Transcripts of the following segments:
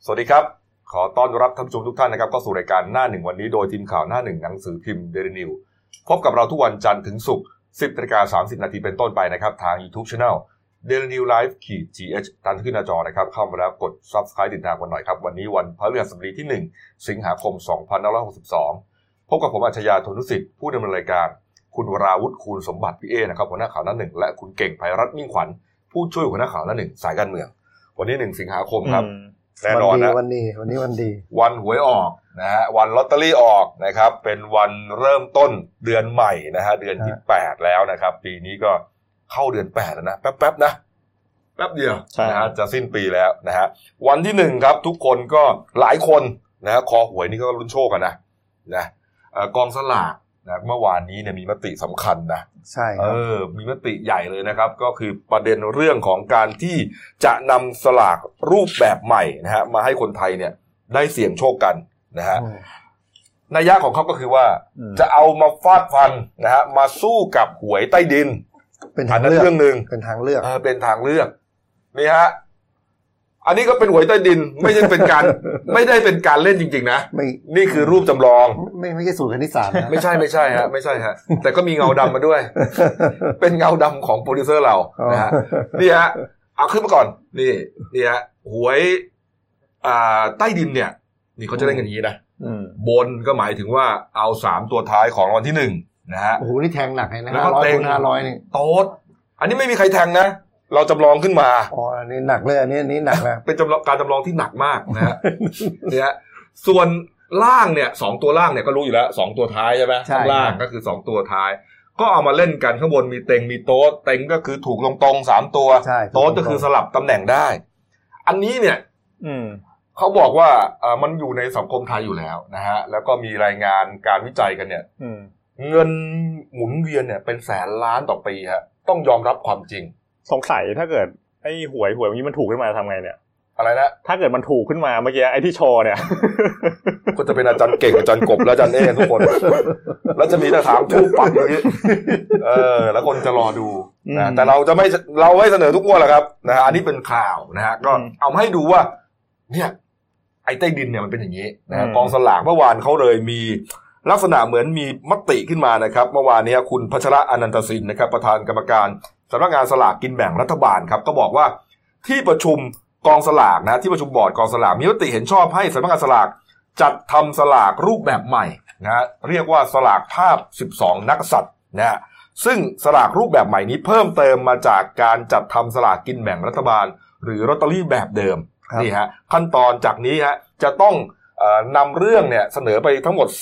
สวัสดีครับขอต้อนรับท่านผู้ชมทุกท่านนะครับเข้าสู่รายการหน้าหนึ่งวันนี้โดยทีมข่าวหน้าหนึ่งหนังสือพิมพ์ Daily News พบกับเราทุกวันจันทร์ถึงศุกร์ 10:30 น.เป็นต้นไปนะครับทาง YouTube Channel Daily News Live /GH ตามที่ขึ้นหน้าจอนะครับเข้ามาแล้วกด Subscribe ติดตามกันหน่อยครับวันนี้วันพฤหัสบดีที่1สิงหาคม2562พบกับผมอัจฉริยะ โทนุสิทธิ์ผู้ดำเนินรายการคุณวราวุฒิคูณสมบัติพี่เอนะครับหัวหน้าข่าวหน้าหนึ่งและคุณเก่งไพรัตน์มิ่งขวัญผู้ช่วยหัวหน้าข่าวหน้าหนึ่งสายการเมืองวันนี้1สิงหาคมครับแน่นอนนะวันนี้วันดีวันหวยออกนะฮะวันลอตเตอรี่ออกนะครับเป็นวันเริ่มต้นเดือนใหม่นะฮะเดือนที่8แล้วนะครับปีนี้ก็เข้าเดือน8แล้วนะแป๊บๆนะแป๊บเดียวนะฮะจะสิ้นปีแล้วนะฮะวันที่1ครับทุกคนก็หลายคนนะฮะคอหวยนี่ก็ลุ้นโชคกันนะกองสลากนะเมื่อวานนี้เนี่ยมีมติสำคัญนะใช่ครับมีมติใหญ่เลยนะครับก็คือประเด็นเรื่องของการที่จะนำสลากรูปแบบใหม่นะฮะมาให้คนไทยเนี่ยได้เสี่ยงโชคกันนะฮะนัยยะของเขาก็คือว่าจะเอามาฟาดฟันนะฮะมาสู้กับหวยใต้ดินเป็นทางเลือกนึงเป็นทางเลือกเป็นทางเลือกนี่ฮะอันนี้ก็เป็นหวยใต้ดินไม่ใช่เป็นการไม่ได้เป็นการเล่นจริงๆนะนี่คือรูปจำลองไม่ใช่สูตรคณิตศาสตร์นะไม่ใช่ฮะไม่ใช่ฮะแต่ก็มีเงาดำมาด้วยเป็นเงาดำของโปรดิวเซอร์เรานะฮะนี่ฮะเอาขึ้นมาก่อนนี่ฮะหวยใต้ดินเนี่ยนี่เขาจะเล่นกันอย่างนี้นะบนก็หมายถึงว่าเอา3ตัวท้ายของรางวัลที่1นะฮะโอ้โหนี่แทงหนักเลยนะแล้วก็เต็ง 500นี่โต๊ดอันนี้ไม่มีใครแทงนะเราจำลองขึ้นมาอันนี้หนักเลยอันนี้หนักนะเป็นการจำลองที่หนักมากนะฮะเนี่ยส่วนล่างเนี่ย2ตัวล่างเนี่ยก็รู้อยู่แล้ว2ตัวท้ายใช่ไหมข้างล่างก็คือ2ตัวท้ายก็เอามาเล่นกันข้างบนมีเต็งมีโต๊ดเต็งก็คือถูกตรงๆ3ตัวโต๊ดก็คือสลับตำแหน่งได้อันนี้เนี่ยเขาบอกว่ามันอยู่ในสังคมไทยอยู่แล้วนะฮะแล้วก็มีรายงานการวิจัยกันเนี่ยเงินหมุนเวียนเนี่ยเป็นแสนล้านต่อปีฮะต้องยอมรับความจริงสงสัยถ้าเกิดไอ้หวยนี้มันถูกขึ้นมาทำไงเนี่ยอะไรนะถ้าเกิดมันถูกขึ้นมาเมื่อกี้ไอ้ที่โชว์เนี่ยก็จะเป็นอาจารย์เก่งอาจารย์กบและอาจารย์เอทุกคนแล้วจะมีแต่ถามทูปักอย่างนี้แล้วคนจะรอดูนะแต่เราไม่เสนอทุกงวดหรอกครับนะฮะอันนี้เป็นข่าวนะฮะก็เอามาให้ดูว่าเนี่ยไอ้ใต้ดินเนี่ยมันเป็นอย่างนี้นะกองสลากเมื่อวานเขาเลยมีลักษณะเหมือนมีมติขึ้นมานะครับเมื่อวานนี้คุณพัชระอนันตสินนะครับประธานกรรมการสำนักงานสลากกินแบ่งรัฐบาลครับก็บอกว่าที่ประชุมกองสลากนะที่ประชุมบอร์ดกองสลากมีมติเห็นชอบให้สำนักงานสลากจัดทำสลากรูปแบบใหม่นะเรียกว่าสลากภาพ12นักษัตริย์นะซึ่งสลากรูปแบบใหม่นี้เพิ่มเติมมาจากการจัดทำสลากกินแบ่งรัฐบาลหรือลอตเตอรี่แบบเดิมนี่ฮะขั้นตอนจากนี้ฮะจะต้องนำเรื่องเนี่ยเสนอไปทั้งหมด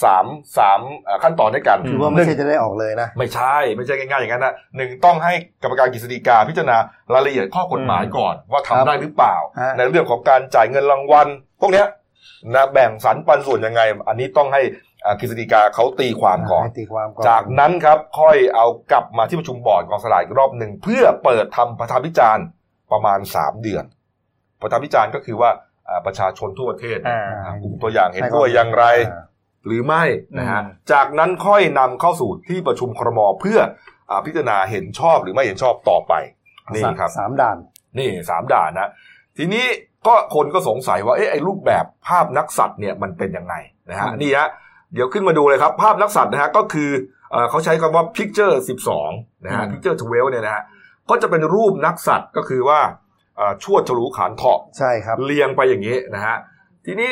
3ขั้นตอนด้วยกันคือว่าไม่ใช่จะได้ออกเลยนะไม่ใช่ง่ายๆอย่างนั้นนะ1ต้องให้กรรมการกฤษฎีกาพิจารณารายละเอียดข้อกฎหมายก่อนว่าทำได้หรือเปล่าในเรื่องของการจ่ายเงินรางวัลพวกเนี้ยนะแบ่งสรรปันส่วนยังไงอันนี้ต้องให้กฤษฎีกาเขาตีความก่อนจากนั้นครับค่อยเอากลับมาที่ประชุมบอร์ดกองสลากอีกรอบนึงเพื่อเปิดทำประชาพิจารณ์ประมาณ3เดือนประชาพิจารณ์ก็คือว่าประชาชนทั่วประเทศกลุ่มตัวอย่างเห็นด้วยอย่างไรหรือไม่นะฮะจากนั้นค่อยนำเข้าสู่ที่ประชุมครม.เพื่อพิจารณาเห็นชอบหรือไม่เห็นชอบต่อไปนี่ครับ 3ด่านนี่3ด่านนะทีนี้ก็คนก็สงสัยว่าไอ้รูปแบบภาพนักสัตว์เนี่ยมันเป็นยังไงนะฮะนี่ฮะเดี๋ยวขึ้นมาดูเลยครับภาพนักสัตว์นะฮะก็คือเขาใช้คำว่า picture 12นะฮะ picture 12เนี่ยนะฮะก็จะเป็นรูปนักสัตว์ก็คือว่าชวดฉลูขานเถาะใช่ครับเรียงไปอย่างนี้นะฮะทีนี้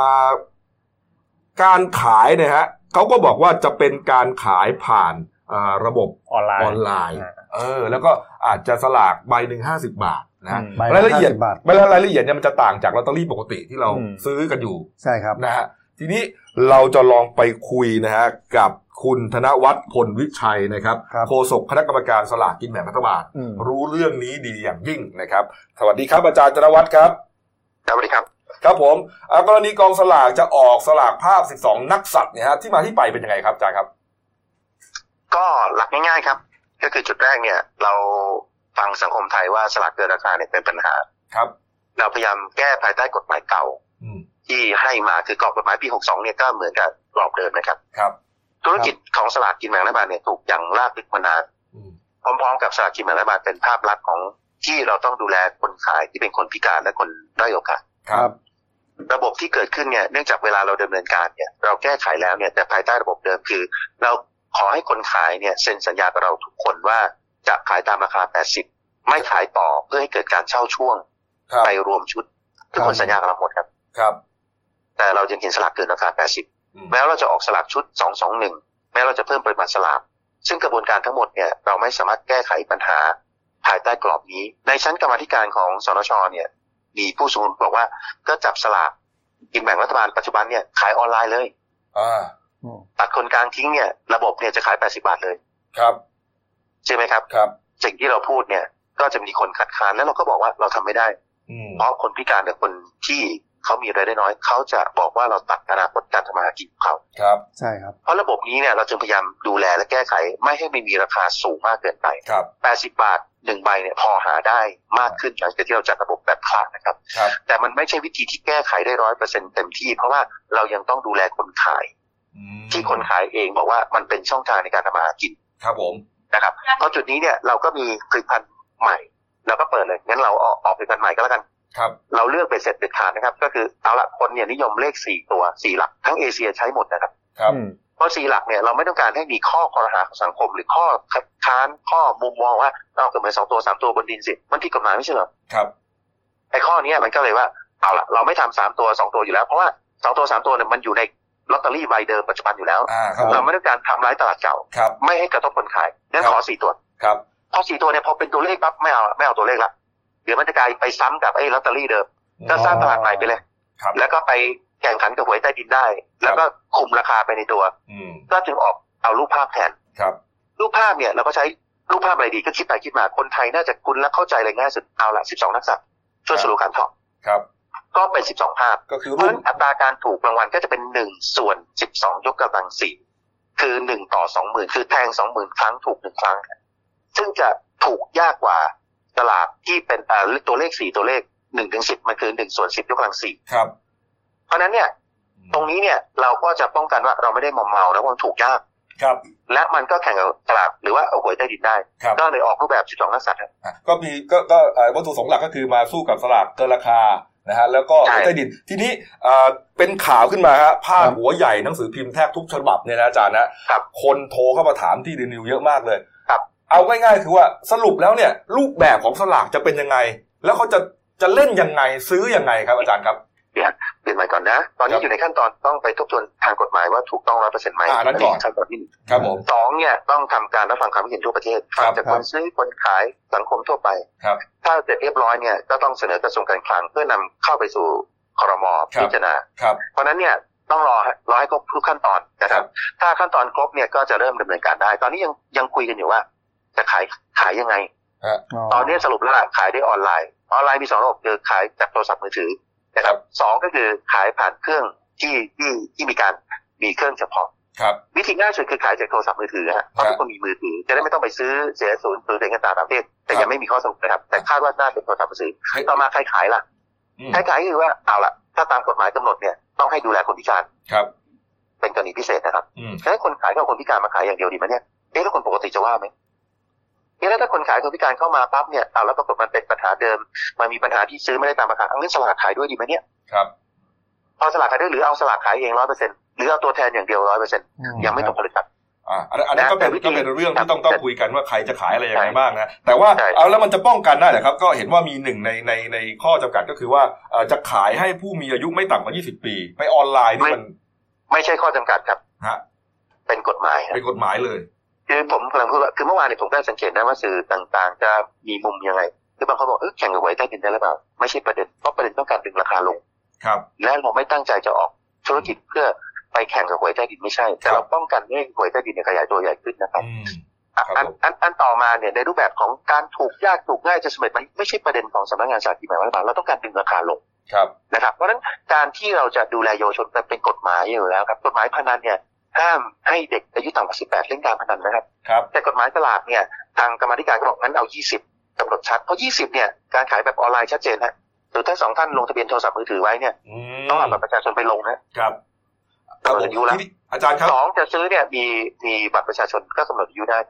การขายเนี่ยฮะเขาก็บอกว่าจะเป็นการขายผ่านระบบออนไลน์แล้วก็อาจจะสลากใบหนึ่ง50 บาทนะรายละเอียดเนี่ยมันจะต่างจากลอตเตอรี่ปกติที่เราซื้อกันอยู่ใช่ครับนะฮะทีนี้เราจะลองไปคุยนะฮะกับคุณธนวัฒน์พลวิชัยนะครับโฆษกคณะกรรมการสลากกินแบ่งรัฐบาลรู้เรื่องนี้ดีอย่างยิ่งนะครับสวัสดีครับอาจารย์ธนวัฒน์ครับสวัสดีครับครับผมกรณีกองสลากจะออกสลากภาพ12นักสัตว์เนี่ยฮะที่มาที่ไปเป็นยังไงครับอาจารย์ครับก็หลักง่ายๆครับก็คือจุดแรกเนี่ยเราฟังสังคมไทยว่าสลากเกินราคาเนี่ยเป็นปัญหาครับเราพยายามแก้ภายใต้กฎหมายเก่าที่ให้มาคือกรอบกฎหมายปี62เนี่ยก็เหมือนกับกรอบเดิมนะครับครับธุรกิจของสลากกินแบ่งรัฐบาลเนี่ยถูกอย่างลากลึกมานานพร้อมๆกับสลากกินแบ่งรัฐบาลเป็นภาพลักษณ์ของที่เราต้องดูแลคนขายที่เป็นคนพิการและคนด้อยโอกาสครับระบบที่เกิดขึ้นเนี่ยเนื่องจากเวลาเราดำเนินการเนี่ยเราแก้ไขแล้วเนี่ยแต่ภายใต้ระบบเดิมคือเราขอให้คนขายเนี่ยเซ็นสัญญากับเราทุกคนว่าจะขายตามราคา80ไม่ขายต่อเพื่อให้เกิดการเช่าช่วงไปรวมชุดทุกคนสัญญากับเราหมดครับครับแต่เรายังเห็นสลากเกินราคา80แม้เราจะออกสลากชุด221แม้เราจะเพิ่มปริมาณสลากซึ่งกระบวนการทั้งหมดเนี่ยเราไม่สามารถแก้ไขปัญหาภายใต้กรอบนี้ในชั้นกรรมาธิการของสนช.เนี่ยมีผู้สนับสนุนบอกว่าก็จับสลากกินแบ่งรัฐบาลปัจจุบันเนี่ยขายออนไลน์เลยตัดคนกลางทิ้งเนี่ยระบบเนี่ยจะขาย80 บาทเลยครับใช่ไหมครับครับสิ่งที่เราพูดเนี่ยก็จะมีคนคัดค้านแล้วเราก็บอกว่าเราทำไม่ได้เพราะคนพิการหรือคนที่เขามีรายได้น้อยเขาจะบอกว่าเราตัดอนาคตการทำมาหากินของเขาครับใช่ครับเพราะระบบนี้เนี่ยเราจึงพยายามดูแลและแก้ไขไม่ให้มันมีราคาสูงมากเกินไปครับ 80 บาท1ใบเนี่ยพอหาได้มากขึ้นหลังจากที่เราจัดระบบแบบคลาสนะครับแต่มันไม่ใช่วิธีที่แก้ไขได้ 100% เต็มที่เพราะว่าเรายังต้องดูแลคนขายที่คนขายเองบอกว่ามันเป็นช่องทางในการทำมาหากินครับผมนะครับเพราะจุดนี้เนี่ยเราก็มีผลิตภัณฑ์ใหม่เราก็เปิดเลยงั้นเราออกผลิตภัณฑ์ใหม่ก็แล้วกันครับเราเลือกเบ็ดเสร็จเด็ดขาดนะครับก็คือเอาละคนเนี่ยนิยมเลข4ตัว4หลักทั้งเอเชียใช้หมดนะครับครับเพราะ4หลักเนี่ยเราไม่ต้องการให้มีข้อคอรหาของสังคมหรือข้อคัดค้านข้อมุมมองว่าเอาเกิดมา2ตัว3ตัวบนดินสิมันผิดกฎหมายไม่ใช่เหรอครับไอ้ข้อนี้มันก็เลยว่าเอาละเราไม่ทำ3ตัว2ตัวอยู่แล้วเพราะว่า2ตัว3ตัวเนี่ยมันอยู่ในลอตเตอรี่ใบเดิมปัจจุบันอยู่แล้วเราไม่ต้องการทำร้ายตลาดเก่าไม่ให้กระทบคนขายงั้นขอ4ตัวครับพอ4ตัวเนี่ยพอเป็นตัวเลขปั๊บไม่เอาตัวเลขละเดี๋ยวมันจะกลายไปซ้ำกับไอ้ลอตเตอรี่เดิมก็สร้างตลาดใหม่ไปเลยแล้วก็ไปแข่งขันกับหวยใต้ดินได้แล้วก็คุมราคาไปในตัวก็จึงออกเอารูปภาพแทนรูปภาพเนี่ยเราก็ใช้รูปภาพอะไรดีก็คิดไปคิดมาคนไทยน่าจะคุ้นและเข้าใจอะไรง่ายสุดเอาละ12นักสัตว์ช่วยสรุปการถอดก็เป็น12ภาพก็คือเพราะอัตราการถูกรางวัลก็จะเป็น1/12 ยกกำลัง4คือ1ต่อ 20,000 คือแทง 20,000 ครั้งถูก1ครั้งซึ่งจะถูกยากกว่าตลาดที่เป็นตัวเลข4ตัวเลข1ถึง10มันคือ1/10 ยกกำลัง4 ครับเพราะนั้นเนี่ยตรงนี้เนี่ยเราก็จะป้องกันว่าเราไม่ได้มอมเมาแล้วมันถูกยากครับและมันก็แข่งกับตลาดหรือว่าเอาหวยใต้ดินได้ก็เลยออกรูปแบบ12นักสัตว์ก็มีก็วัตถุประสงค์หลักก็คือมาสู้กับสลากเกินราคานะฮะแล้วก็หวยใต้ดินทีนี้เป็นข่าวขึ้นมาฮะพาดหัวใหญ่หนังสือพิมพ์แทบทุกฉบับเนี่ยนะอาจารย์นะคนโทรเข้ามาถามที่ดีนิวเยอะมากเลยเอาง่ายๆคือว่าสรุปแล้วเนี่ยรูปแบบของสลากจะเป็นยังไงแล้วเขาจะเล่นยังไงซื้อยังไงครับอาจารย์ครับเปลี่ยนใหม่ก่อนนะตอนนี้อยู่ในขั้นตอนต้องไปทบทวนทางกฎหมายว่าถูกต้อง 100% ไหมนั่นก่อนขั้นตอนที่ 1ครับผม 2เนี่ยต้องทำการรับฟังความคิดเห็นทั่วประเทศฟังจากคนซื้อคนขายสังคมทั่วไปถ้าเสร็จเรียบร้อยเนี่ยก็ต้องเสนอกระทรวงการคลังเพื่อนำเข้าไปสู่ครม.พิจารณาเพราะนั้นเนี่ยต้องรอให้ครบทุกขั้นตอนนะครับถ้าขั้นตอนครบเนี่ยก็จะเริ่มดำเนินการได้ตอนนี้ยังคุยกันอยู่ว่าจะขายยังไงตอนนี้สรุปแล้วขายได้ออนไลน์มี2ระบบคือขายจากโทรศัพท์มือถือนะครับ2ก็คือขายผ่านเครื่องที่มีเครื่องเฉพาะวิธีง่ายสุดคือขายจากโทรศัพท์มือถือฮะเพราะทุกคนมีมือถือจะได้ไม่ต้องไปซื้อเสียศูนย์หรือเสียเงินต่างประเทศแต่ยังไม่มีข้อสรุปนะครับแต่คาดว่าน่าเป็นโทรศัพท์มือถือต่อมาใครขายล่ะใครขายคือว่าเอาล่ะถ้าตามกฎหมายกำหนดเนี่ยต้องให้ดูแลคนพิการเป็นกรณีพิเศษนะครับให้คนขายกับคนพิการมาขายอย่างเดียวดีไหมเนี่ยแล้วคนปกติจะว่าไหมแล้วถ้าคนขายคนพิการเข้ามาปั๊บเนี่ยแล้วปรากฏมันเป็นปัญหาเดิมมันมีปัญหาที่ซื้อไม่ได้ตามราคาเอาเงินสลากขายด้วยดีไหมเนี่ยครับเอาสลากขายด้วยหรือเอาสลากขายเอง 100% หรือเอาตัวแทนอย่างเดียว 100% ยังไม่ตกผลึกครับอันนั้นก็เป็นเรื่องที่ต้องคุยกันว่าใครจะขายอะไรยังไงบ้างนะแต่ว่าเอาแล้วมันจะป้องกันได้เหรอครับก็เห็นว่ามีหนึ่งในข้อจำกัดก็คือว่าจะขายให้ผู้มีอายุไม่ต่ำกว่า20 ปีไปออนไลน์นี่มันไม่ใช่ข้อจำกัดครับเป็นกฎหมายเลยคือผมกำลังพูดว่าคือเมื่อวานเนี่ยผมได้สังเกตนะว่าสื่อต่างๆจะมีมุมยังไงคือบางคนบอกแข่งกับหวยใต้ดินได้หรือเปล่าไม่ใช่ประเด็นเพราะประเด็นต้องการดึงราคาลงครับและเราไม่ตั้งใจจะออกธุรกิจเพื่อไปแข่งกับหวยใต้ดินไม่ใช่แต่เราป้องกันไม่ให้หวยใต้ดินขยายตัวใหญ่ขึ้นนะครับอันต่อมาเนี่ยในรูปแบบของการถูกยากถูกง่ายจะสำเร็จมันไม่ใช่ประเด็นของสำนักงานสลากกินแบ่งรัฐบาลเราต้องการดึงราคาลงนะครับเพราะฉะนั้นการที่เราจะดูแลเยาวชนเป็นกฎหมายอยู่แล้วครับกฎหมายพนันเนี่ยห้ามให้เด็กอายุต่ำกว่า18เล่นการพนันนะครับแต่กฎหมายตลาดเนี่ยทางกรรมาธิการก็บอกงั้นเอา20กำหนดชัดเพราะ20เนี่ยการขายแบบออนไลน์ชัดเจนฮะหรือถ้า2ท่านลงทะเบียนโทรศัพท์มือถือไว้เนี่ยต้องเอาบัตรประชาชนไปลงนะครับกำหนดอายุแล้วอาจารย์ครับ2จะซื้อเนี่ยมีบัตรประชาชนก็กำหนดอายุได้ครับ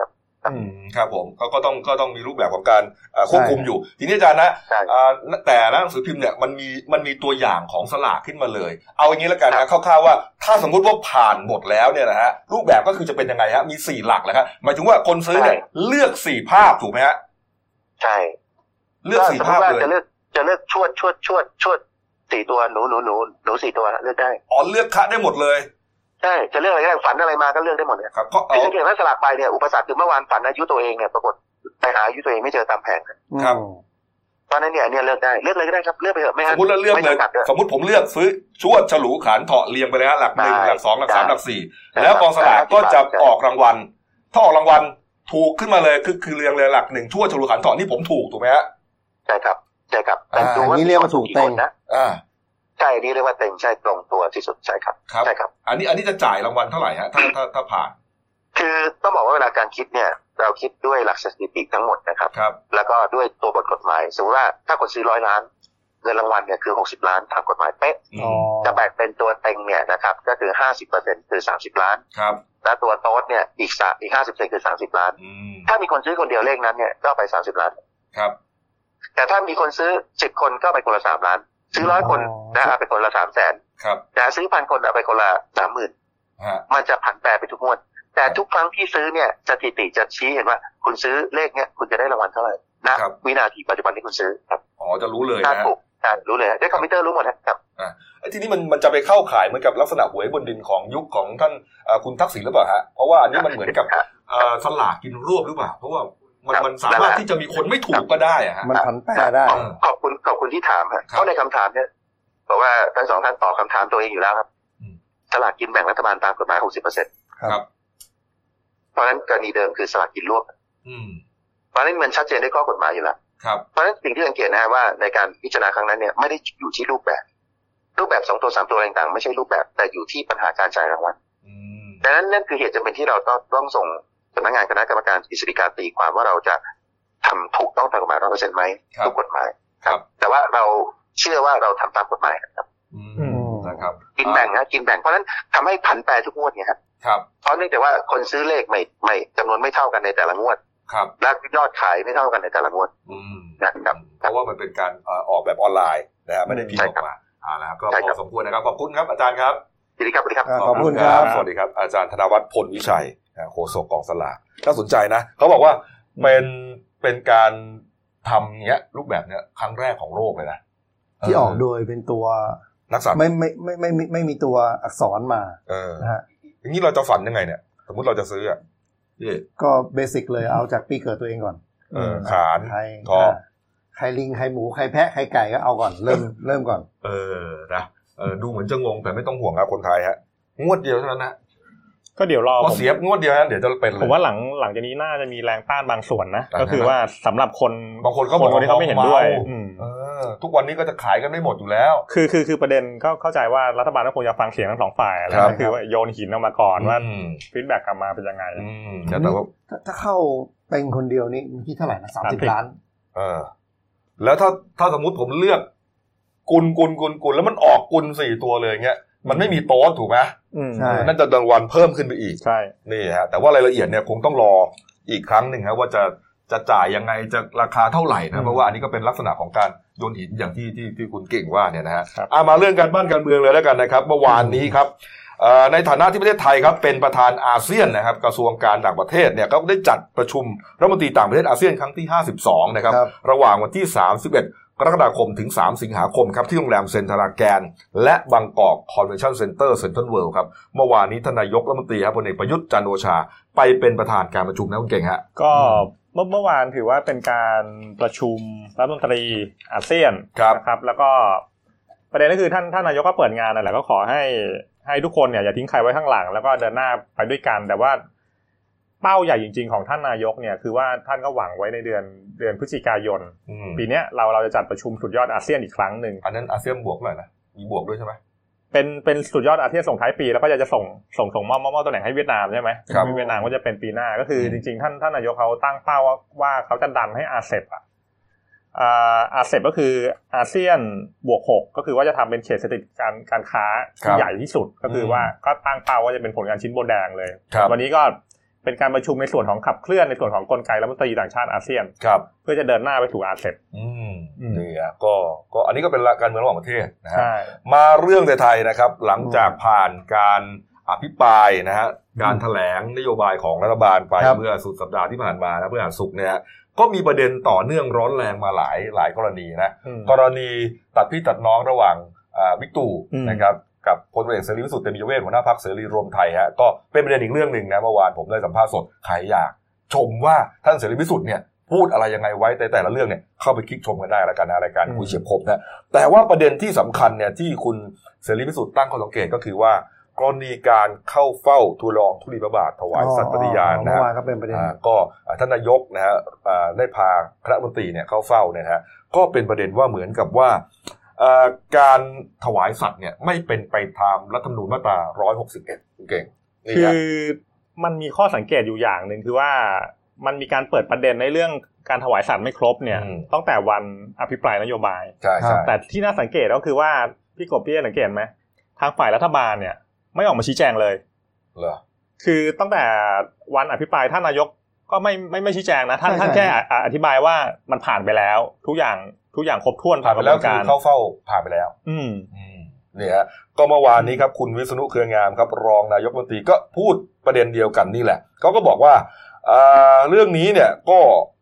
ครับผมเขาก็ต้องมีรูปแบบของการควบคุมอยู่ทีนี้อาจารย์นะแต่หนังสือพิมพ์เนี่ยมันมีตัวอย่างของสลากขึ้นมาเลยเอาอย่างนี้แล้วกันนะคร่าวๆว่าถ้าสมมุติว่าผ่านหมดแล้วเนี่ยนะฮะรูปแบบก็คือจะเป็นยังไงฮะมี4หลักนะครับหมายถึงว่าคนซื้อเนี่ยเลือก4ภาพถูกไหมฮะใช่เลือก4ภาพเลยจะเลือกชวด4ตัวหนู4ตัวเลือกได้อ๋อเลือกคะได้หมดเลยใช่จะเลือกอะไรก็ได้ฝันอะไรมาก็เลือกได้หมดเนี่ยครับไอ้สังเกตว่าสลากไปเนี่ยอุปสรรคคือเมื่อวานฝันอายุตัวเองเนี่ยปรากฏไปหาอายุตัวเองไม่เจอตามแผงครับตอนนั้นเนี่ยเลือกได้เลือกเลยก็ได้ครับเลือกไปเถอะไม่สมมติเราเลือกเลยสมมติผมเลือกซื้อชวดฉลูขานเถาะเรียงไปเลยฮะหลัก1หลัก2หลัก3หลัก4แล้วกองสลากก็จะออกรางวัลถ้าออกรางวัลถูกขึ้นมาเลยคือเรียงเลยหลัก1ชวดฉลูขานเถาะนี่ผมถูกถูกไหมฮะใช่ครับแต่ดูว่านี่เรียกว่าถูกเต็งนะใช่นี่เรียกว่าเต็งใช่ตรงตัวที่สุดใช่ครับใช่ครับอันนี้จะจ่ายรางวัลเท่าไหร่ฮะถ้าผ่านคือต้องบอกว่าเวลาการคิดเนี่ยเราคิดด้วยหลักสถิติทั้งหมดนะครับแล้วก็ด้วยตัวบทกฎหมายสมมติว่าถ้าคนซื้อ100 ล้านเงินรางวัลเนี่ยคือ60 ล้านตามกฎหมายเป๊ะจะแบ่งเป็นตัวเต็งเนี่ยนะครับก็คือ 50% คือ30 ล้านครับและตัวโต๊ดเนี่ยอีก 50% คือ30 ล้านถ้ามีคนซื้อคนเดียวเลขนั้นเนี่ยก็ไป30 ล้านครับแต่ถ้ามีคนซื้อ10 คนก็ไปคนละ3 ล้านซื้อ100 คนนะไปคนละ300,000 ครับแต่ซื้อ1,000 คนไปคนละ 30,000มันจะผันแปรไปทุกงวดแต่ทุกครั้งที่ซื้อเนี่ยสถิติจะชี้เห็นว่าคุณซื้อเลขเนี้ยคุณจะได้รางวัลเท่าไหร่นะวินาทีปัจจุบันที่คุณซื้อครับอ๋อจะรู้เลยนะถูกรู้เลยด้วยคอมพิวเตอร์รู้หมดครับทีนี้มันจะไปเข้าข่ายเหมือนกับลักษณะหวยบนดินของยุคของท่านคุณทักษิณหรือเปล่าฮะเพราะว่าอันนี้มันเหมือนกับสลากกินรวบหรือเปล่าเพราะว่ามันสามารถที่จะมีคนไม่ถูกก็ได้อะฮะมันผันแปรได้ขอบคุณที่ถามฮะเพราะในคำถามเนี่ยบอกว่าทั้งสองท่านตอบคำถามตัวเองอยู่แล้วครับสลากกินแบ่งรัฐบาลตามกฎหมาย 60% ครับเพราะฉะนั้นกรณีเดิมคือสลากกินรวบเพราะฉะนั้นมันชัดเจนด้วยข้อกฎหมายอยู่แล้วเพราะฉะนั้นสิ่งที่สังเกตนะว่าในการพิจารณาครั้งนั้นเนี่ยไม่ได้อยู่ที่รูปแบบ2ตัว3ตัวต่างๆไม่ใช่รูปแบบแต่อยู่ที่ปัญหาการจ่ายรางวัลดังนั้นนั่นคือเหตุจำเป็นที่เราต้องส่งสำนักงานคณะกรรมการกฤษฎีกาตีความว่าเราจะทำถูกต้องตามกฎหมาย 100% ไหมถูกกฎหมายครับแต่ว่าเราเชื่อว่าเราทำตามกฎหมายครับนะครับกินแบ่งเพราะฉะนั้นทำให้ผันแปรทุกงวดเนี่ยครับเพราะเนื่องจากว่าคนซื้อเลขไม่จำนวนไม่เท่ากันในแต่ละงวดและยอดขายไม่เท่ากันในแต่ละงวดนะครับเพราะว่ามันเป็นการออกแบบออนไลน์นะฮะไม่ได้พิมพ์ออกมาแล้วก็พอสมควรนะครับขอบคุณครับอาจารย์ครับสวัสดีครับขอบคุณครับสวัสดีครับอาจารย์ธนวัฒน์พลวิชัยโฆษกกองสลากน่าสนใจนะเขาบอกว่าเป็นการทำเนี้ยรูปแบบเนี้ยครั้งแรกของโลกเลยนะที่ออกโดยเป็นตัวนักสัตว์ไม่มีตัวอักษรมานะฮะอย่างนี้เราจะฝันยังไงเนี่ยสมมุติเราจะซื้อก็เบสิกเลยเอาจากปีเกิดตัวเองก่อนขานทอไข่ลิงไข่หมูไข่แพะไข่ไก่ก็เอาก่อนเริ่มก่อนนะดูเหมือนจะงงแต่ไม่ต้องห่วงครับคนไทยฮะงวดเดียวเท่านั้นนะก็เดี๋ยวรอพอเสียงวดเดียวนะเดี๋ยวจะเป็นผมว่าหลังจากนี้น่าจะมีแรงต้านบางส่วนนะก็คือว่าสำหรับคนบางคนเขาบอกที่เขาไม่เห็นด้วยทุกวันนี้ก็จะขายกันไม่หมดอยู่แล้วคือประเด็นก็เข้าใจว่ารัฐบาลก็คงจะฟังเสียงทั้งสองฝ่ายแล้วคือว่าโยนหินออกมาก่อนว่าฟีดแบ็กกลับมาเป็นยังไงแต่ว่าถ้าเข้าเป็นคนเดียวนี่ที่เท่าไหร่นะ30 ล้านแล้วถ้าสมมุติผมเลือกกุลแล้วมันออกกุล4ตัวเลยเงี้ยมันไม่มีโต๊ะถูกไหมนั่นจะรางวัลเพิ่มขึ้นไปอีกใช่นี่ฮะแต่ว่ารายละเอียดเนี่ยคงต้องรออีกครั้งหนึ่งครับว่าจะจ่ายยังไงจะราคาเท่าไหร่นะเพราะว่าอันนี้ก็เป็นลักษณะของการโยนหินอย่างที่คุณเก่งว่าเนี่ยนะฮะมาเรื่องการบ้านการเมืองเลยแล้วกันนะครับเมื่อวานนี้ครับในฐานะที่ประเทศไทยครับเป็นประธานอาเซียนนะครับกระทรวงการต่างประเทศเนี่ยก็ได้จัดประชุมรัฐมนตรีต่างประเทศอาเซียนครั้งที่52นะครับระหว่างวันที่31กรกฎาคมถึง3สิงหาคมครับที่โรงแรมเซ็นทราแกนและบางกอกคอนเวนชั่นเซ็นเตอร์เซ็นทรัลเวิลด์ครับเมื่อวานนี้ท่านนายกรัฐมนตรีครับพลเอกประยุทธ์จันทร์โอชาไปเป็นประธานการประชุมนะคุณเก่งฮะก็เมื่อวานถือว่าเป็นการประชุมรัฐมนตรีอาเซียนนะครับแล้วก็ประเด็นก็คือท่านนายกก็เปิดงานนั่นแหละก็ขอให้ทุกคนเนี่ยอย่าทิ้งใครไว้ข้างหลังแล้วก็เดินหน้าไปด้วยกันแต่ว่าเป้าใหญ่จริงๆของท่านนายกเนี่ยคือว่าท่านก็หวังไว้ในเดือนพฤศจิกายนปีนี้เราจะจัดประชุมสุดยอดอาเซียนอีกครั้งนึงอันนั้นอาเซียนบวกหน่อยนะมีบวกด้วยใช่ไหมเป็นสุดยอดอาเซียนส่งท้ายปีแล้วก็จะส่งมอบตำแหน่งให้เวียดนามใช่ไหมเวียดนามก็จะเป็นปีหน้าก็คือจริงๆท่านนายกเขาตั้งเป้าว่าเขาจะดันให้อาเซียนอาเซียนก็คืออาเซียนบวก6ก็คือว่าจะทำเป็นเขตเศรษฐกิจการค้าที่ใหญ่ที่สุดก็คือว่าก็ตั้งเป้าว่าจะเป็นผลงานชิ้นโบแดงเลยวันนี้ก็เป็นการประชุมในส่วนของขับเคลื่อนในส่วนของกลไกรัฐมนตรีต่างชาติอาเซียนเพื่อจะเดินหน้าไปสู่อาเซียนนี่ก็อันนี้ก็เป็นการเมืองระหว่างประเทศนะฮะมาเรื่องไทยนะครับหลังจากผ่านการอภิปรายนะฮะการแถลงนโยบายของรัฐบาลไปเมื่อสุดสัปดาห์ที่ผ่านมานะเมื่อศุกร์เนี่ยก็มีประเด็นต่อเนื่องร้อนแรงมาหลายกรณีนะกรณีตัดพี่ตัดน้องระหว่างบิ๊กตู่นะครับกับพลเอกเสรีพิสุทธิ์เตมียเวทหัวหน้าพรรคเสรีรวมไทยฮะก็เป็นประเด็นอีกเรื่องนึงนะเมื่อวานผมได้สัมภาษณ์สดใครอยากชมว่าท่านเสรีพิสุทธิ์เนี่ยพูดอะไรยังไงไว้แต่ละเรื่องเนี่ยเข้าไปคลิกชมกันได้แล้วกันนะรายการคุยเฉียบคมนะแต่ว่าประเด็นที่สำคัญเนี่ยที่คุณเสรีพิสุทธิ์ตั้งข้อสังเกตก็คือว่ากรณีการเข้าเฝ้าทูลละอองธุลีพระบาทถวายสัตย์ปฏิญาณนะก็เป็นประเด็นก็ท่านนายกนะฮะได้พาคณะมนตรีเนี่ยเข้าเฝ้าเนี่ยนะฮะก็เป็นประเด็นว่าเหมือนกับว่าการถวายสัตย์เนี่ยไม่เป็นไปตามรัฐธรรมนูญมาตรา161คุณเก่งคือมันมีข้อสังเกตอยู่อย่างนึงคือว่ามันมีการเปิดประเด็นในเรื่องการถวายสัตย์ไม่ครบเนี่ยตั้งแต่วันอภิปรายนโยบายใช่แต่ที่น่าสังเกตก็คือว่าพี่กบพี่สังเกตไหมทางฝ่ายรัฐบาลเนี่ยไม่ออกมาชี้แจงเลยเหรอคือตั้งแต่วันอภิปรายท่านนายกก็ไม่ชี้แจงนะท่านแค่อธิบายว่ามันผ่านไปแล้วทุกอย่างครบถ้วนผ่านไปแล้วคือเข้าเฝ้าผ่านไปแล้วนี่ฮะก็เมื่อวานนี้ครับคุณวิษณุเครืองามครับรองนายกรัฐมนตรีก็พูดประเด็นเดียวกันนี่แหละเขาก็บอกว่าเรื่องนี้เนี่ยก็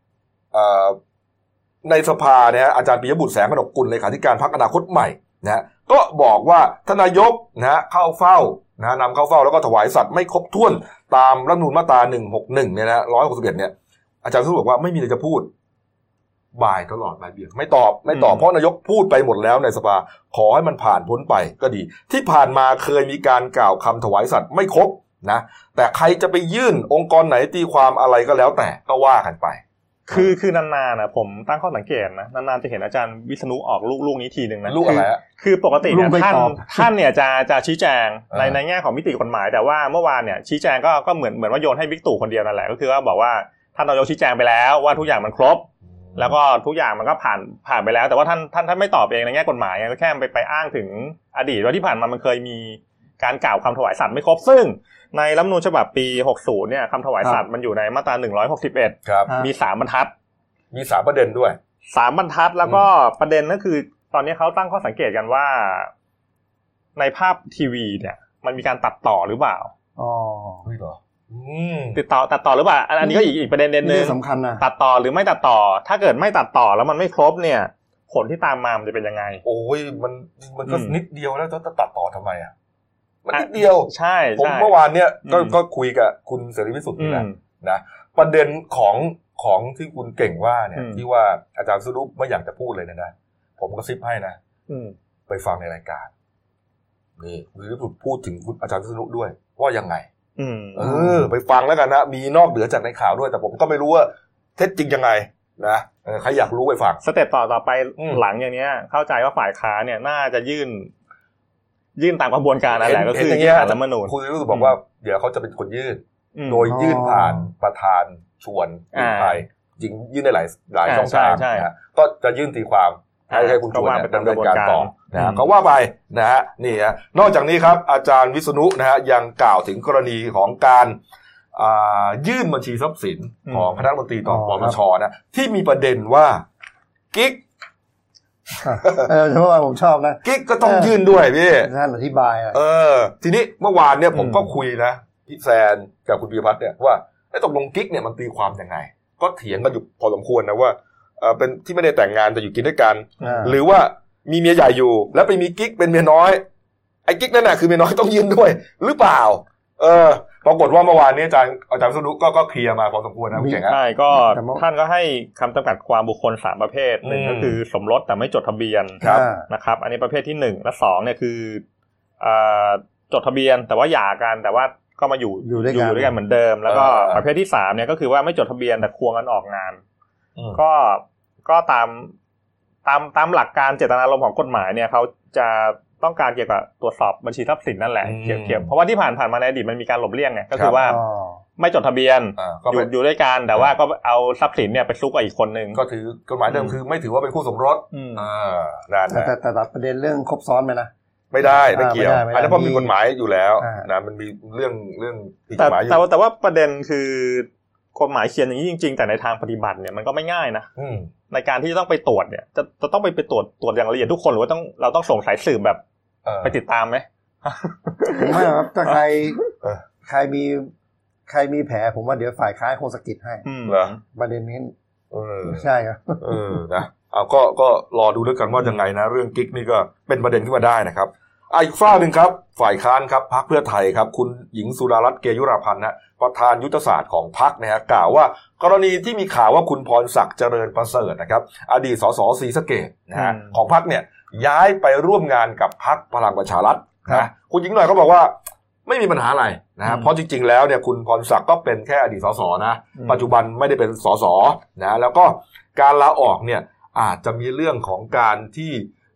ในสภาเนี่ยอาจารย์ปิยบุตรแสงกนกกุลเลขาธิการพรรคอนาคตใหม่นะก็บอกว่าทนายกนะเข้าเฝ้านะนำเข้าเฝ้าแล้วก็ถวายสัตย์ไม่ครบถ้วนตามรัฐธรรมนูญมาตรา161เนี่ยนะ161เนี่ยอาจารย์วิษณุบอกว่าไม่มีอะไรจะพูดบ่ายตลอดบ่ายเบี่ยงไม่ตอบเพราะนายกพูดไปหมดแล้วในสภาขอให้มันผ่านพ้นไปก็ดีที่ผ่านมาเคยมีการกล่าวคำถวายสัตย์ไม่ครบนะแต่ใครจะไปยื่นองค์กรไหนตีความอะไรก็แล้วแต่ก็ว่ากันไปคือนานๆนะผมตั้งข้อสังเกตนะนานๆจะเห็นอาจารย์วิษณุออกลูกนี้ทีนึงนะลูกอะไรฮะคือปกติเนี่ยท่านเนี่ยจะชี้แจงในแง่ของมิติกฎหมายแต่ว่าเมื่อวานเนี่ยชี้แจงก็เหมือนว่าโยนให้บิ๊กตู่คนเดียวนั่นแหละก็คือว่าบอกว่าท่านนายกชี้แจงไปแล้วว่าทุกอย่างมันครบแล้วก็ทุกอย่างมันก็ผ่านไปแล้วแต่ว่าท่านไม่ตอบเองในแง่กฎหมายก็แค่ไปอ้างถึงอดีตว่าที่ผ่านมามันเคยมีการกล่าวคำถวายสัตย์ไม่ครบซึ่งในรัฐธรรมนูญฉบับปี60เนี่ยคำถวายสัตย์มันอยู่ในมาตรา161มี3บรรทัดมี3ประเด็นด้วย 3บรรทัดแล้วก็ประเด็นก็คือตอนนี้เขาตั้งข้อสังเกตกันว่าในภาพทีวีเนี่ยมันมีการตัดต่อหรือเปล่าไม่หรอตัดต่อหรือเปล่าอันนี้ก็อีกประเด็นนึงสำคัญนะตัดต่อหรือไม่ตัดต่อถ้าเกิดไม่ตัดต่อแล้วมันไม่ครบเนี่ยผลที่ตามมามันจะเป็นยังไงโอ้ยมันก็นิดเดียวแล้วจะตัดต่อทำไมอ่ะมันนิดเดียวใช่ผมเมื่อวานเนี่ยก็คุยกับคุณเสรีพิสุทธิ์นี่แหละนะประเด็นของที่คุณเก่งว่าเนี่ยที่ว่าอาจารย์สรุปไม่อยากจะพูดเลยนะผมก็ซิปให้นะไปฟังในรายการนี่หรือพูดถึงอาจารย์สรุปด้วยว่ายังไงไปฟังแล้วกันนะมีนอกเหนือจากในข่าวด้วยแต่ผมก็ไม่รู้ว่าเท็จจริงยังไงนะใครอยากรู้ไปฟังสเต็ปต่อไปหลังอย่างเนี้ยเข้าใจว่าฝ่ายค้าเนี่ยน่าจะยื่นตามกระบวนการอะไรก็คือยื่นผ่านรัฐธรรมนูญคุณรู้สึกบอกว่าเดี๋ยวเขาจะเป็นคนยื่นโดยยื่นผ่านประธานชวนไปจริงยื่นได้หลายช่องทางนะก็จะยื่นตีความให้คุณชวนดำเนินการต่อนะก็ว่าไปนะฮะนี่ฮะนอกจากนี้ครับอาจารย์วิษณุนะฮะยังกล่าวถึงกรณีของการยื่นบัญชีทรัพย์สินของคณะรัฐมนตรีต่อปปชนะที่มีประเด็นว่ากิ๊กเพราะว่าผมชอบนะกิ๊กก็ต้องยื่นด้วยพี่ท่านอธิบายทีนี้เมื่อวานเนี่ยผมก็คุยนะพี่แซนกับคุณปิยพัฒน์เนี่ยว่าตกลงกิ๊กเนี่ยมันตีความยังไงก็เถียงกันอยู่พอสมควรนะว่าเป็นที่ไม่ได้แต่งงานแต่อยู่กินด้วยกันหรือว่ามีเมียใหญ่อยู่แล้วไปมีกิ๊กเป็นเมียน้อยไอ้กิ๊กนั่นน่ะคือเมียน้อยต้องยื่นด้วยหรือเปล่าปรากฏว่าเมื่อวานนี้อาจารย์สนุกก็เคลียร์มาพอสมควรนะเก่งใช่ก็ท่านก็ให้คำจำกัดความบุคคล3ประเภทหนึ่งก็คือสมรสแต่ไม่จดทะเบียนนะครับอันนี้ประเภทที่1และ2เนี่ยคือจดทะเบียนแต่ว่าหย่ากันแต่ว่าก็มาอยู่ด้วยกันเหมือนเดิมแล้วก็ประเภทที่3เนี่ยก็คือว่าไม่จดทะเบียนแต่ควงกันออกงานก็ตามหลักการเจตนารมณ์ของกฎหมายเนี่ยเขาจะต้องการเกี่ยวกับตรวจสอบบัญชีทรัพย์สินนั่นแหละเกี่ยวเพราะว่าที่ผ่านมาในอดีตมันมีการหลบเลี่ยงไงก็คือว่าไม่จดทะเบียนอยู่ด้วยกันแต่ว่าก็เอาทรัพย์สินเนี่ยไปซุกกับอีกคนนึงก็ถือกฎหมายเดิมคือไม่ถือว่าเป็นคู่สมรสแต่ประเด็นเรื่องครบซ้อนไหมนะไม่ได้ไม่เกี่ยวอันนั้นเพราะมีกฎหมายอยู่แล้วนะมันมีเรื่องผิดกฎหมายอยู่แต่ว่าประเด็นคือกฎหมายเขียนอย่างนี้จริงๆแต่ในทางปฏิบัติเนี่ยมันก็ไม่ง่ายนะในการที่ต้องไปตรวจเนี่ยจะต้องไปตรวจอย่างละเอียดทุกคนหรือว่าเราต้องส่งสายสืบแบบไปติดตามไหมไม่ครับถ้าใครมีแผลผมว่าเดี๋ยวฝ่ายค้านคงสะกิดให้เหรอประเด็นนี้ใช่ครับนะเอาก็รอดูด้วยกันว่ายังไงนะเรื่องกิ๊กนี่ก็เป็นประเด็นขึ้นมาได้นะครับอีกฝ่ายนึงครับฝ่ายค้านครับพรรคเพื่อไทยครับคุณหญิงสุดารัตน์เกยุราพันธ์นะประธานยุทธศาสตร์ของพรรคนะฮะกล่าวว่ากรณีที่มีข่าวว่าคุณพรศักดิ์เจริญประเสริฐนะครับอดีตสสศรีสะเกษนะฮะของพรรคเนี่ยย้ายไปร่วมงานกับพรรคพลังประชารัฐนะคุณหญิงหน่อยก็บอกว่าไม่มีปัญหาอะไรนะเพราะจริงๆแล้วเนี่ยคุณพรศักดิ์ก็เป็นแค่อดีตสสนะปัจจุบันไม่ได้เป็นสสนะแล้วก็การลาออกเนี่ยอาจจะมีเรื่องของการที่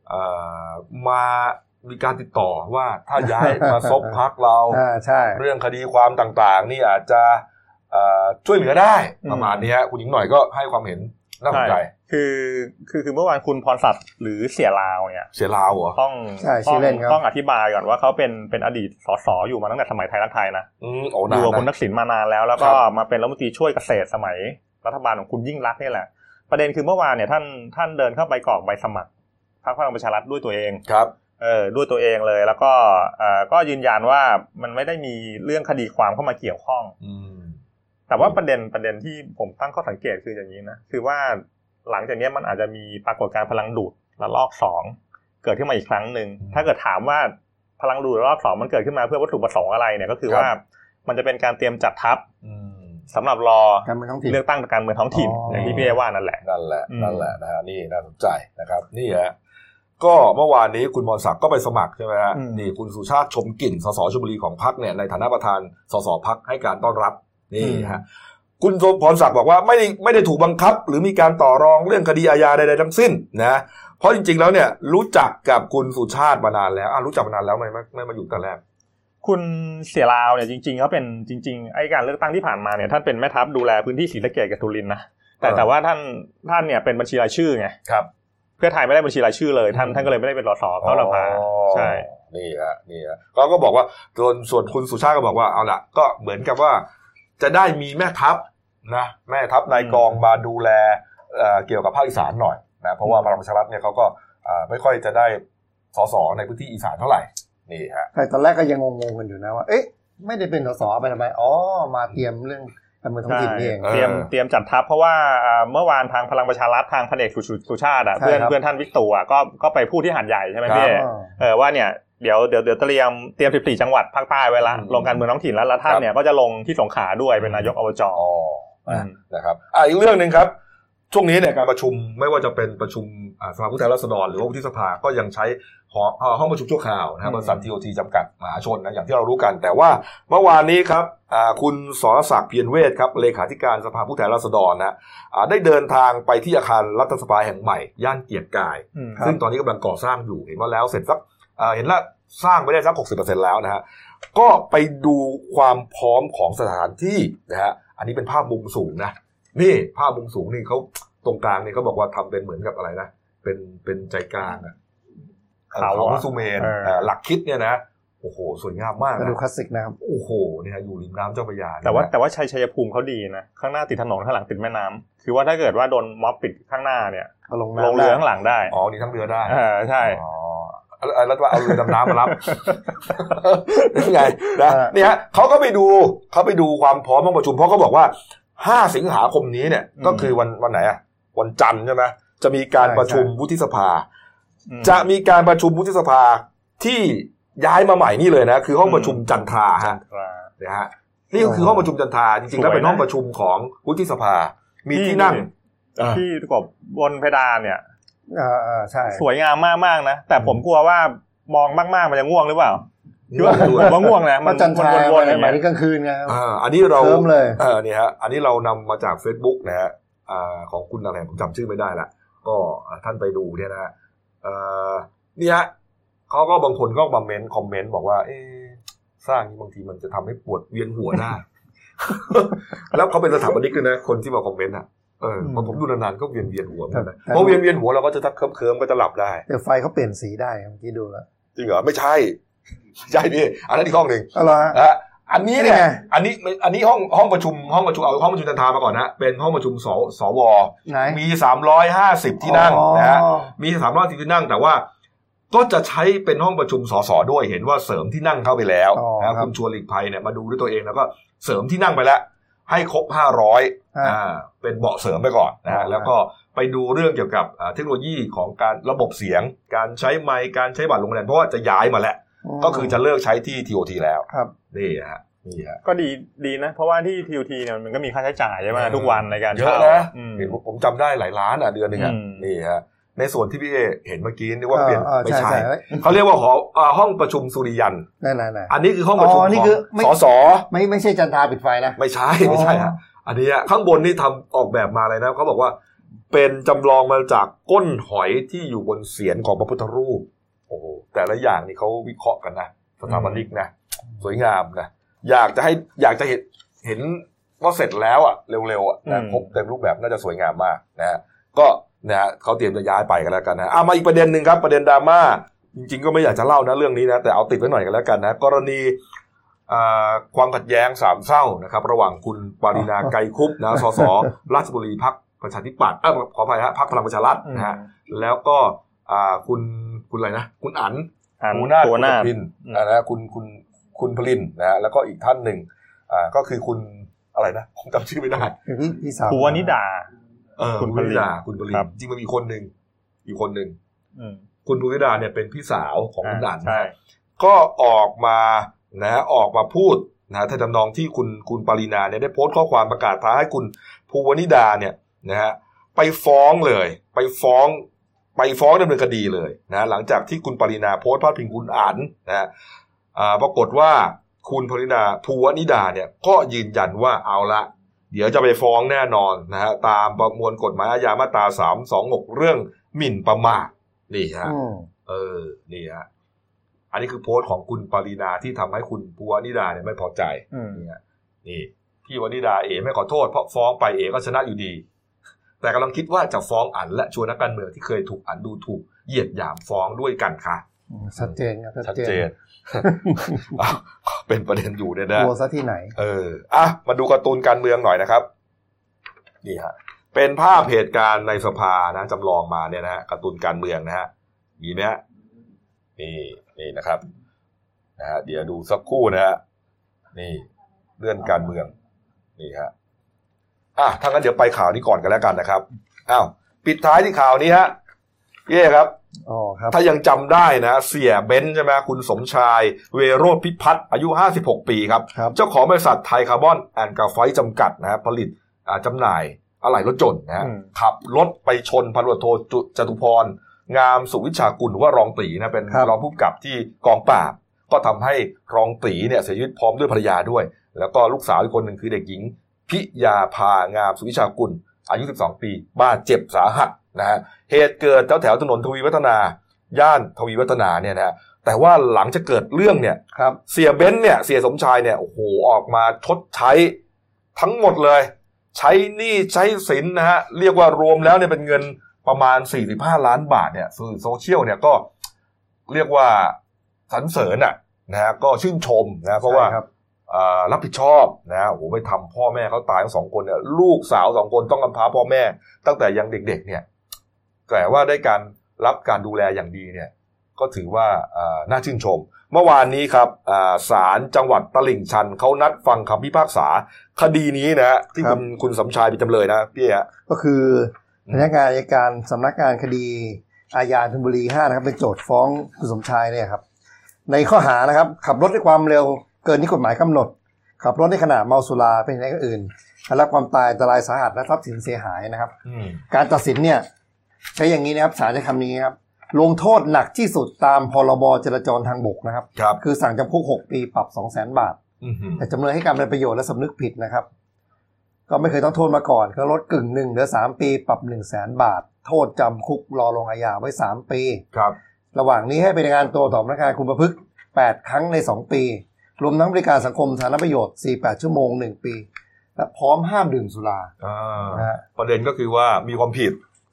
มีการติดต่อว่าถ้าย้ายมาซบพรรคเราเรื่องคดีความต่างๆนี่อาจจะช่วยเหลือได้ประมาณนี้คุณหญิงหน่อยก็ให้ความเห็นน่าสนใจคือเมื่อวานคุณพรศักดิ์หรือเสี่ยลาวเนี่ยเสี่ยลาวเหรอต้องอธิบายก่อนว่าเขาเป็นอดีตสสอยู่มาตั้งแต่สมัยไทยรักไทยนะอยู่กับคุณทักษิณมานานแล้วก็มาเป็นรัฐมนตรีช่วยเกษตรสมัยรัฐบาลของคุณยิ่งรักษณ์นี่แหละประเด็นคือเมื่อวานเนี่ยท่านเดินเข้าไปกรอกใบสมัครพรรคพลังประชารัฐด้วยตัวเองครับด้วยตัวเองเลยแล้วก็ยืนยันว่ามันไม่ได้มีเรื่องคดีความเข้ามาเกี่ยวข้องแต่ว่าประเด็นที่ผมตั้งข้อสังเกตคืออย่างนี้นะคือว่าหลังจากนี้มันอาจจะมีปรากฏการณ์พลังดูดระลอก2เกิดขึ้นมาอีกครั้งนึงถ้าเกิดถามว่าพลังดูดระลอก2มันเกิดขึ้นมาเพื่อวัตถุประสงค์อะไรเนี่ยก็คือว่ามันจะเป็นการเตรียมจัดทัพสำหรับรอเลือกตั้งการเมืองท้องถิ่นอย่างที่พี่เอว่านั่นแหละนะฮะนี่น่าสนใจนะครับนี่ฮะก็เมื่อวานนี้คุณพรศักดิ์ก็ไปสมัครใช่ไหมฮะนี่คุณสุชาติชมกลิ่นสสชลบุรีของพรรคเนี่ยในฐานะประธานสสพรรคให้การต้อนรับนี่ฮะคุณพรศักดิ์บอกว่าไม่ได้ถูกบังคับหรือมีการต่อรองเรื่องคดีอาญาใดๆทั้งสิ้นนะเพราะจริงๆแล้วเนี่ยรู้จักกับคุณสุชาติมานานแล้วรู้จักมานานแล้วไม่มาอยู่แต่แรกคุณเสี่ยลาวเนี่ยจริงๆเขาเป็นจริงๆไอ้การเลือกตั้งที่ผ่านมาเนี่ยท่านเป็นแม่ทัพดูแลพื้นที่ศรีสะเกษกับสุรินทร์นะแต่ว่าท่านเนี่ยเป็นบัญชีรายชื่อไงครับเพื่อไทยไม่ได้บัญชีรายชื่อเลยท่านก็เลยไม่ได้เป็นสสเขาเรามาใช่นี่ฮะก็บอกว่าส่วนคุณสุชาติก็บอกว่าเอาล่ะก็เหมือนกับว่าจะได้มีแม่ทัพนะแม่ทัพนายกองมาดูแลเกี่ยวกับภาคอีสานหน่อยนะเพราะว่าพลังประชารัฐเนี่ยเขาก็ไม่ค่อยจะได้สสในพื้นที่อีสานเท่าไหร่นี่ฮะใช่ตอนแรกก็ยังงงๆกันอยู่นะว่าเอ๊ะไม่ได้เป็นสสไปทำไมมาเตรียมเรื่องการเมืองท้องถิ่นเองเตรียมจัดทัพเพราะว่าเมื่อวานทางพลังประชารัฐทางพลเอกสุชาติเพื่อนท่านวิกตู่ก็ไปพูดที่หาดใหญ่ใช่ไหมพี่ว่าเนี่ยเดี๋ยวเตรียม14จังหวัดภาคใต้ไว้ละลงการเมืองท้องถิ่นแล้วท่านเนี่ยก็จะลงที่สงขลาด้วยเป็นนายกอบจนะครับอีกเรื่องนึงครับช่วงนี้เนี่ยการประชุมไม่ว่าจะเป็นประชุมสภาผู้แทนราษฎรหรือว่าวุฒิสภาก็ยังใช้ห้องประชุมชั่วคราวนะบริษัท TOT จำกัดมหาชนนะอย่างที่เรารู้กันแต่ว่าเมื่อวานนี้ครับคุณสรศักดิ์เพียรเวชครับเลขาธิการสภาผู้แทนราษฎรนะได้เดินทางไปที่อาคารรัฐสภาแห่งใหม่ย่านเกียรติกายซึ่งตอนนี้กำลังก่อสร้างอยู่เห็นว่าแล้วเสร็จสักเห็นแล้วสร้างไปได้สัก 60% แล้วนะฮะก็ไปดูความพร้อมของสถานที่นะฮะอันนี้เป็นภาพมุมสูงนะนี่ภาพมุมสูงนี่เขาตรงกลางนี่เขาบอกว่าทำเป็นเหมือนกับอะไรนะเป็นใจกลางเขาซูเมนหลักคิดเนี่ยนะโอ้โหสวยงามมากดูคลาสสิกนะครับโอ้โหเนี่ยอยู่ริมน้ำเจ้าพระยาแต่ว่าชัยภูมิเขาดีนะข้างหน้าติดถนนข้างหลังติดแม่น้ำคือว่าถ้าเกิดว่าโดนม็อบปิดข้างหน้าเนี่ยลงเรือข้างหลังได้นี่ทั้งเรือได้ใช่แล้วว่าเอาเรือดำน้ำมารับยังไงนะนี่ฮะเขาไปดูความพร้อมของประชุมเพราะเขาบอกว่า5สิงหาคมนี้เนี่ยก็คือวันไหนวันจันทร์ใช่ไหมจะมีการประชุมวุฒิสภาจะมีการประชุมวุฒิสภาที่ย้ายมาใหม่นี่เลยนะคือห้องประชุมจันทราฮะนะฮะนี่ก็คือห้องประชุมจันทราจริงๆแล้วเป็นห้องประชุมของวุฒิสภามีที่นั่งที่กบบนเพดานเนี่ยใช่สวยงามมากๆนะแต่ผมกลัวว่ามองมากๆมันจะง่วงหรือเปล่าคิดว่าง่วงนะมันจันทราหมายถึงกลางคืนไงอันนี้เรานี่ฮะอันนี้เรานำมาจาก Facebook นะฮะของคุณอะไรผมจำชื่อไม่ได้ละก็ท่านไปดูเนี่ยนะนี่ฮะเขาก็บางคนก็คอมเมนต์บอกว่าสร้างบางทีมันจะทำให้ปวดเวียนหัวได้ แล้วเขาเป็นสถาปนิกด้วยนะคนที่มาคอมเมนต์พอผมดูนานๆก็เวียนหัวเหมือนกันเพราะเวียนหัวเราก็จะทักเคิมก็จะหลับได้แต่ไฟเขาเปลี่ยนสีได้เมื่อกี้ดูแล้วจริงเหรอไม่ใช่พี่อันนั้นอีกห้องหนึ่งอะไรอันนี้เนี่ยอันนี้ห้องประชุมเอาห้องประชุมจันทรามาก่อนนะเป็นห้องประชุมสวมี350ที่นั่งนะฮะมี310ที่นั่งแต่ว่าก็จะใช้เป็นห้องประชุมสสด้วยเห็นว่าเสริมที่นั่งเข้าไปแล้วนะคุณชวนหลีกภัยเนี่ยมาดูด้วยตัวเองแล้วก็เสริมที่นั่งไปแล้วให้ครบ500เป็นเบาะเสริมไปก่อนนะฮะแล้วก็ไปดูเรื่องเกี่ยวกับเทคโนโลยีของการระบบเสียงการใช้ไมค์การใช้บัตรลงคะแนนเพราะว่าจะย้ายมาแล้วก็คือจะเลิกใช้ที่ TOT แล้วนี่ฮะก็ดีนะเพราะว่าที่ TOT เนี่ยมันก็มีค่าใช้จ่ายใช่ไหมทุกวันในการเยอะนะผมจำได้หลายล้านเดือนนึงนี่ฮะในส่วนที่พี่เห็นเมื่อกี้นี่ว่าเปลี่ยนไม่ใช่เขาเรียกว่าห้องประชุมสุริยันอันนี้คือห้องประชุมของสสไม่ใช่จันทราปิดไฟนะไม่ใช่ฮะอันนี้ข้างบนนี่ทำออกแบบมาเลยนะเขาบอกว่าเป็นจำลองมาจากก้นหอยที่อยู่บนเศียรของพระพุทธรูปโอ้โหแต่ละอย่างนี่เขาวิเคราะห์กันนะสถาปนิกนะสวยงามนะอยากจะเห็นว่าเสร็จแล้วอ่ะเร็วๆอ่ะนะครบเต็มรูปแบบน่าจะสวยงามมากนะก็นะฮะเขาเตรียมจะย้ายไปกันแล้วกันนะมาอีกประเด็นนึงครับประเด็นดราม่าจริงๆก็ไม่อยากจะเล่านะเรื่องนี้นะแต่เอาติดไว้หน่อยกันแล้วกันนะกรณีความขัดแย้งสามเศร้านะครับระหว่างคุณปารินาไกรคุปนะสสราชบุรีพรรคประชาธิปัตย์ขออภัยฮะพรรคพลังประชารัฐนะฮะแล้วก็คุณอะไรนะคุณอั๋นหัวหน้าคุณพินนะคุณพลินนะฮะแล้วก็อีกท่านหนึ่งก็คือคุณอะไรนะผมจำชื่อไม่ได้พี่สาวภูวนิดาคุณพลินจริงมันมีคนหนึ่งอีกคนหนึ่งคุณภูวนิดาเนี่ยเป็นพี่สาวของคุณอั๋นก็ออกมาพูดนะถ้าจำนองที่คุณปารินาเนี่ยได้โพสต์ข้อความประกาศท้าให้คุณภูวนิดาเนี่ยนะฮะไปฟ้องไปฟ้องดำเนินคดีเลยนะหลังจากที่คุณปารินาโพสต์พาดพิงคุณอั๋นนะปรากฏว่าคุณภูวนิดาเนี่ยก็ยืนยันว่าเอาละเดี๋ยวจะไปฟ้องแน่นอนนะฮะตามประมวลกฎหมายอาญามาตรา326เรื่องหมิ่นประมาทนี่ฮะนี่ฮะอันนี้คือโพสต์ของคุณปารินาที่ทำให้คุณภูวนิดาเนี่ยไม่พอใจนี่พี่วนิดาไม่ขอโทษเพราะฟ้องไปก็ชนะอยู่ดีแต่กำลังคิดว่าจะฟ้องอั๋นและชวนนักการเมืองที่เคยถูกอั๋นดูถูกเหยียดหยามฟ้องด้วยกันค่ะชัดเจนครับชัดเจนเป็นประเด็นอยู่เนี่ยนะตัวซะที่ไหนมาดูการ์ตูนการเมืองหน่อยนะครับนี่ฮะเป็นภาพเหตุการณ์ในสภานะจำลองมาเนี่ยนะการ์ตูนการเมืองนะฮะมีไหมฮะนี่นะครับนะฮะเดี๋ยวดูสักครู่นะฮะนี่เรื่องการเมืองนี่ฮะถ้างั้นเดี๋ยวไปข่าวนี้ก่อนกันแล้วกันนะครับปิดท้ายที่ข่าวนี้ฮะครับถ้ายังจำได้นะเสี่ยเบนซ์ใช่ไหมคุณสมชายเวโรจน์พิพัฒน์อายุ56ปีครับเจ้าของบริษัทไทยคาร์บอนแอนด์กราไฟต์จำกัดนะฮะผลิตจำหน่ายอะไหล่รถยนต์นะฮะขับรถไปชนพันตำรวจโทจตุพรงามสุวิชากุลหรือว่ารองตีนะเป็นรองผู้กำกับที่กองปราบก็ทำให้รองตีเนี่ยเสียชีวิตพร้อมด้วยภรรยาด้วยแล้วก็ลูกสาวอีกคนหนึ่งคือเด็กหญิงพิยาภางามสุวิชากุลอายุ12ปีบาดเจ็บสาหัสนะฮะเหตุเกิดแถวถนนทวีวัฒนาย่านทวีวัฒนาเนี่ยนะแต่ว่าหลังจะเกิดเรื่องเนี่ยเสียเบนซ์เนี่ยเสียสมชายเนี่ยโอ้โหออกมาชดใช้ทั้งหมดเลยใช้หนี้ใช้สินนะฮะเรียกว่ารวมแล้วเนี่ยเป็นเงินประมาณ45ล้านบาทเนี่ยสื่อโซเชียลเนี่ยก็เรียกว่าสรรเสริญนะฮะก็ชื่นชมนะเพราะว่ารับผิดชอบนะโอ้โหไปทำพ่อแม่เขาตายทั้ง2คนเนี่ยลูกสาว2คนต้องกำพร้าพ่อแม่ตั้งแต่ยังเด็กๆเนี่ยแต่ว่าได้การรับการดูแลอย่างดีเนี่ยก็ถือว่าน่าชื่นชมเมื่อวานนี้ครับศาลจังหวัดตลิ่งชันเขานัดฟังคำพิพากษาคดีนี้นะที่คุณสมชายเป็นจำเลยนะพี่ก็คือพนักงานอัยการสำนักงานคดีอาญาธนบุรี5นะครับเป็นโจทก์ฟ้องคุณสมชายเนี่ยครับในข้อหานะครับขับรถด้วยความเร็วเกินที่กฎหมายกำหนดขับรถในขณะเมาสุราเป็นเหตุให้อื่นรับความตายอันตรายสาหัสและทรัพย์สินเสียหายนะครับการตัดสินเนี่ยใช้อย่างนี้นะครับศาลใช้คำนี้ครับลงโทษหนักที่สุดตามพรบจราจรทางบกนะครับคือสั่งจำคุก6ปีปรับ 200,000 บาทแต่จำเลยให้การเป็นประโยชน์และสำนึกผิดนะครับก็ไม่เคยต้องโทษมาก่อนก็ลดกึ่งหนึ่งเหลือ3ปีปรับ 100,000 บาทโทษจำคุกรอลงอาญาไว้3ปีระหว่างนี้ให้ไปในงานตัวต่อพนักงานคุมประพฤติ8ครั้งใน2ปีรวมทั้งบริการสังคมสาธารณประโยชน์48ชั่วโมง1ปีและพร้อมห้ามดื่มสุราประเด็นก็คือว่ามีความผิด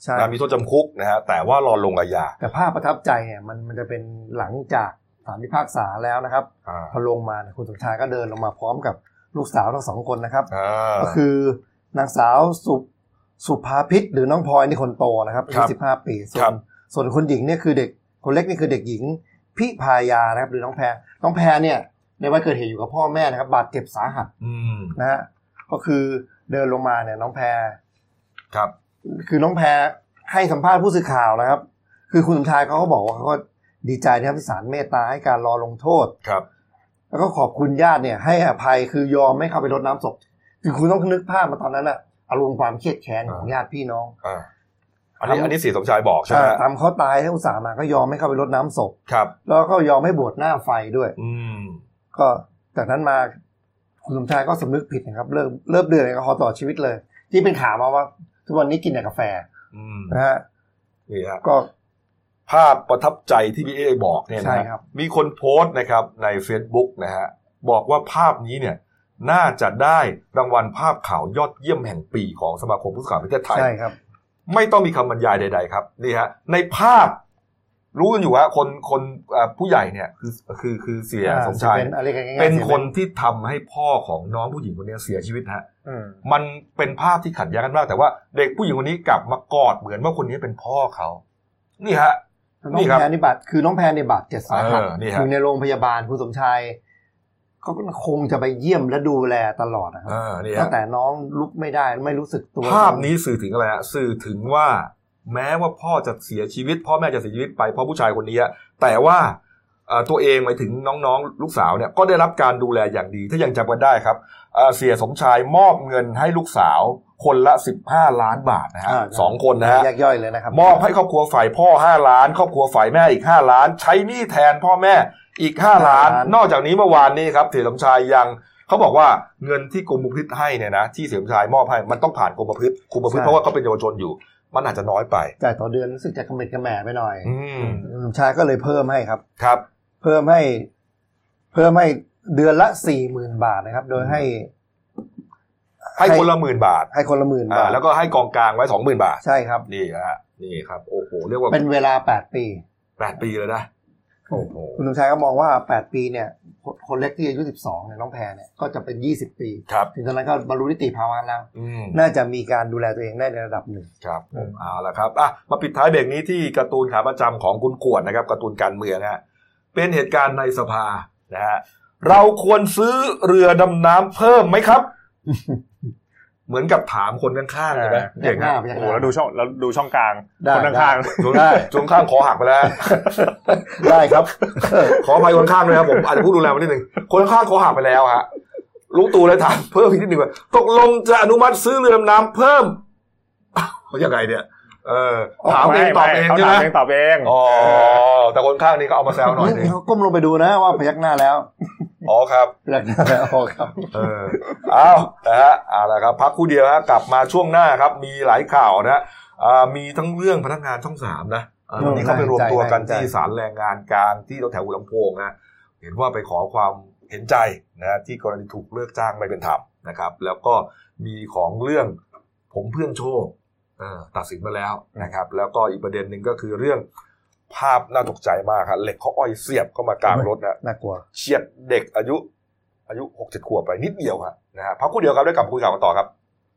มีโทษจำคุกนะฮะแต่ว่ารอลงอาญาแต่ภาพประทับใจเนี่ยมันจะเป็นหลังจากศาลพิพากษาแล้วนะครับพอลงมาคุณสมชายก็เดินลงมาพร้อมกับลูกสาวทั้ง2คนนะครับก็คือนางสาวสุภาพิษหรือน้องพลอยนี่คนโตนะครับอายุ15 ปีส่วนคนหญิงเนี่ยคือเด็กคนเล็กนี่คือเด็กหญิงพิพายานะครับหรือน้องแพรเนี่ยในวันเกิดเหตุอยู่กับพ่อแม่นะครับบาดเจ็บสาหัสนะฮะก็คือเดินลงมาเนี่ยน้องแพรครับคือน้องแพรให้สัมภาษณ์ผู้สื่อข่าวนะครับคือคุณสมชายเขาก็บอกว่าเขาก็ดีใจนะครับที่ศาลเมตตาให้การรอลงโทษครับแล้วก็ขอบคุณญาติเนี่ยให้อภัยคือยอมไม่เข้าไปรดน้ำศพคือคุณต้องนึกภาพมาตอนนั้นอะอารมณ์ความเครียดแค้นของญาติพี่น้องอันนี้เสียสมชายบอกใช่ไหมทำเขาตายให้อุตส่าห์มาก็ยอมไม่เข้าไปรดน้ำศพครับแล้วก็ยอมให้บวชหน้าไฟด้วยก็จากนั้นมาคุณสมชายก็สำนึกผิดนะครับเลิกดื่มแอลกอฮอล์ตลอดชีวิตเลยที่เป็นข่าวมาว่าทุกวันนี้กินแต่กาแฟนะฮะนี่ฮะก็ภาพประทับใจที่พี่เอบอกเนี่ยนะครับมีคนโพสต์นะครับใน Facebook นะฮะบอกว่าภาพนี้เนี่ยน่าจะได้รางวัลภาพข่าวยอดเยี่ยมแห่งปีของสมาคมผู้สื่อข่าวประเทศไทยใช่ครับไม่ต้องมีคำบรรยายใดๆครับนี่ฮะในภาพรู้กันอยู่ว่าคนผู้ใหญ่เนี่ยคือเสียสมชายเป็นคนที่ทำให้พ่อของน้องผู้หญิงคนนี้เสียชีวิตฮะมันเป็นภาพที่ขัดแย้งกันมากแต่ว่าเด็กผู้หญิงคนนี้กลับมากอดเหมือนว่าคนนี้เป็นพ่อเขานี่ฮะน้องแพรนี่บาดคือน้องแพรในบาดเจ็บสาหัสอยู่ในโรงพยาบาลคุณสมชายเขาก็คงจะไปเยี่ยมและดูแลตลอดนะครับตั้งแต่น้องลุกไม่ได้ไม่รู้สึกตัวภาพนี้สื่อถึงอะไรฮะสื่อถึงว่าแม้ว่าพ่อจะเสียชีวิตพ่อแม่จะเสียชีวิตไปเพราะผู้ชายคนนี้แต่ว่าตัวเองหมายถึงน้องๆลูกสาวเนี่ยก็ได้รับการดูแลอย่างดีถ้ายังจำกันได้ครับเสียสมชายมอบเงินให้ลูกสาวคนละ15 ล้านบาทนะฮะ2คนนะฮะแยกย่อยเลยนะครับมอบให้ครอบครัวฝ่ายพ่อ5 ล้านครอบครัวฝ่ายแม่อีก5 ล้านใช้หนี้แทนพ่อแม่อีก5 ล้านนอกจากนี้เมื่อวานนี้ครับเสียสมชายยังเขาบอกว่าเงินที่กรมประพฤติให้เนี่ยนะที่เสียสมชายมอบให้มันต้องผ่านกรมประพฤติเพราะว่าเขาเป็นเยาวชนอยู่มันอาจจะน้อยไปจ่ายต่อเดือนรู้สึกจะกระเม็ดกระแหม่ไปหน่อยสมชายก็เลยเพิ่มให้ครับครับเพิ่มให้เดือนละ 40,000 บาทนะครับโดยให้คนละ10,000 บาทให้คนละ10,000 บาทแล้วก็ให้กองกลางไว้ 20,000 บาทใช่ครับนี่ฮะนี่ครับโอ้โหเรียกว่าเป็นเวลา8 ปีเลยนะโอ้โหคุณสมชายก็มองว่า8 ปีเนี่ยคนเล็กที่อายุ12เนี่ยน้องแพรเนี่ยก็จะเป็น20 ปีถึงตอนนั้นก็บรรลุนิติภาวะแล้วน่าจะมีการดูแลตัวเองได้ในระดับหนึ่งครับเอาละครับมาปิดท้ายเบรกนี้ที่การ์ตูนขาประจำของคุณขวดนะครับการ์ตูนการเมืองฮะเป็นเหตุการณ์ในสภานะฮะเราควรซื้อเรือดำน้ำเพิ่มไหมครับ เหมือนกับถามคนข้างๆใช่ไหมเด็กโอ้แล้วดูช่องกลางคนข้างๆได้ช่วงข้างขอหักไปแล้วได้ครับขออภัยคนข้างด้วยครับผมอาจจะพูดดูแลมานิดนึงคนข้างขอหักไปแล้วฮะลุงตู่เลยถามเพิ่มอีกนิดนึงว่าตกลงจะอนุมัติซื้อเรือดำน้ำเพิ่มยังไงเนี่ยถามเองตอบเองใช่ไหมตอบเองแต่คนข้างนี้ก็เอามาแซวหน่อยนึงเขาก้มลงไปดูนะว่าพยักหน้าแล้วครับพยักหน้าแล้วครับเอานะฮะเอาละครับพักคู่เดียวฮะกลับมาช่วงหน้าครับมีหลายข่าวนะมีทั้งเรื่องพนักงานช่อง3นะวันนี้เขาไปรวมตัวกันที่ศาลแรงงานกลางที่แถวหัวลำโพงนะเห็นว่าไปขอความเห็นใจนะที่กรณีถูกเลิกจ้างไม่เป็นธรรมนะครับแล้วก็มีของเรื่องผมเพื่อนโชคตัดสินมาแล้วนะครับแล้วก็อีกประเด็นหนึ่งก็คือเรื่องภาพน่าตกใจมากครับเหล็กเขาอ้อยเสียบเข้ามากลางรถน่ากลัวเฉียดเด็กอายุ 6-7 ขวบไปนิดเดียวครับนะฮะพักคู่เดียวครับได้กลับคุยข่าวกันต่อครับ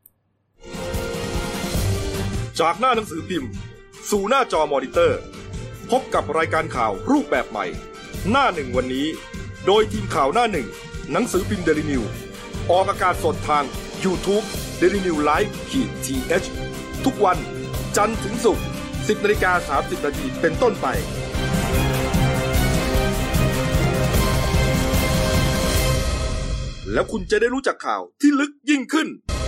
จากหน้าหนังสือพิมพ์สู่หน้าจอมอนิเตอร์พบกับรายการข่าวรูปแบบใหม่หน้าหนึ่งวันนี้โดยทีมข่าวหน้าหนึ่งหนังสือพิมพ์ Daily News ออกอากาศสดทาง YouTube Daily News Live-TH ทุกวันจันทร์ถึงศุกร์ 10:30 น.เป็นต้นไปแล้วคุณจะได้รู้จักข่าวที่ลึกยิ่งขึ้น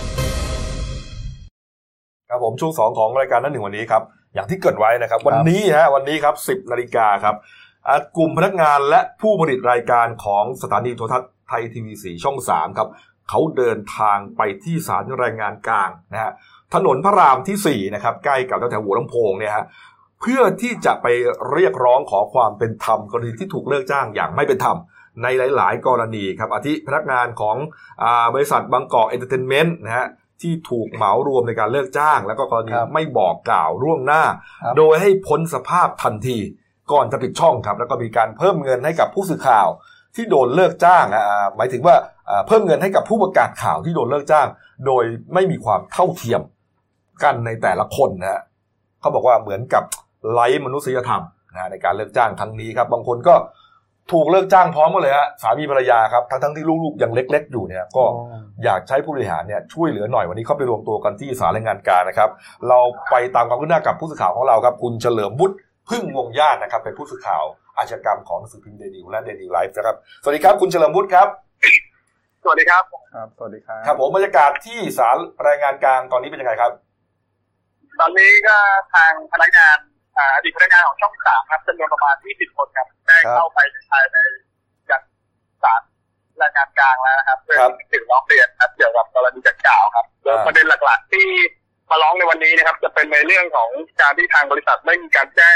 ครับผมช่วง2ของรายการหน้าหนึ่งวันนี้ครับอย่างที่เกริ่นไว้นะครับวันนี้ครับ 10 นาฬิกาครับกลุ่มพนักงานและผู้ผลิตรายการของสถานีโทรทัศน์ไทยทีวี4ช่อง3ครับเขาเดินทางไปที่ศาลแรงงานกลางนะฮะถนนพระรามที่4นะครับใกล้กับแถวหัวลำโพงเนี่ยฮะเพื่อที่จะไปเรียกร้องขอความเป็นธรรมกรณีที่ถูกเลิกจ้างอย่างไม่เป็นธรรมในหลายๆกรณีครับอาทิพนักงานของบริษัทบางกอกเอนเตอร์เทนเมนต์นะฮะที่ถูกเหมารวมในการเลิกจ้างแล้วก็กรณีไม่บอกกล่าวล่วงหน้าโดยให้พ้นสภาพทันทีก่อนจะปิดช่องครับแล้วก็มีการเพิ่มเงินให้กับผู้สื่อข่าวที่โดนเลิกจ้างหมายถึงว่าเพิ่มเงินให้กับผู้ประกาศข่าวที่โดนเลิกจ้างโดยไม่มีความเท่าเทียมกันในแต่ละคนนะฮะเขาบอกว่าเหมือนกับไร้มนุษยธรรมนะในการเลิกจ้างครั้งนี้ครับบางคนก็ถูกเลิกจ้างพร้อมกันเลยฮะสามีภรรยาครับทั้งที่ลูกๆยังเล็กๆอยู่เนี่ยก็อยากใช้ผู้บริหารเนี่ยช่วยเหลือหน่อยวันนี้เขาไปรวมตัวกันที่ศาลแรงงานกลางนะครับเราไปตามความคืบหน้ากับผู้สื่อข่าวของเราครับคุณเฉลิมวุฒิพึ่งวงญาตินะครับเป็นผู้สื่อข่าวอาชญากรรมของหนังสือพิมพ์เดนิวและเดนิวไลฟ์นะครับสวัสดีครับคุณเฉลิมวุฒิครับสวัสดีครับครับสวัสดีครับครับผมบรรยากาศที่ศาลแรงงานกลางตอนนี้เป็นยังไงครับตอนนี้ก็ทางพนักงานอดีตพนักงานของช่อง3ครับจำนวนประมาณ20 คนครับได้เข้าไปภายในยังศาลแรงงานกลางแล้วนะครับเพื่อถึงร้องเรียนครับเกี่ยวกับกรณีดังกล่าวครับโดยประเด็นหลักๆที่มาร้องในวันนี้นะครับจะเป็นในเรื่องของการที่ทางบริษัทไม่มีการแจ้ง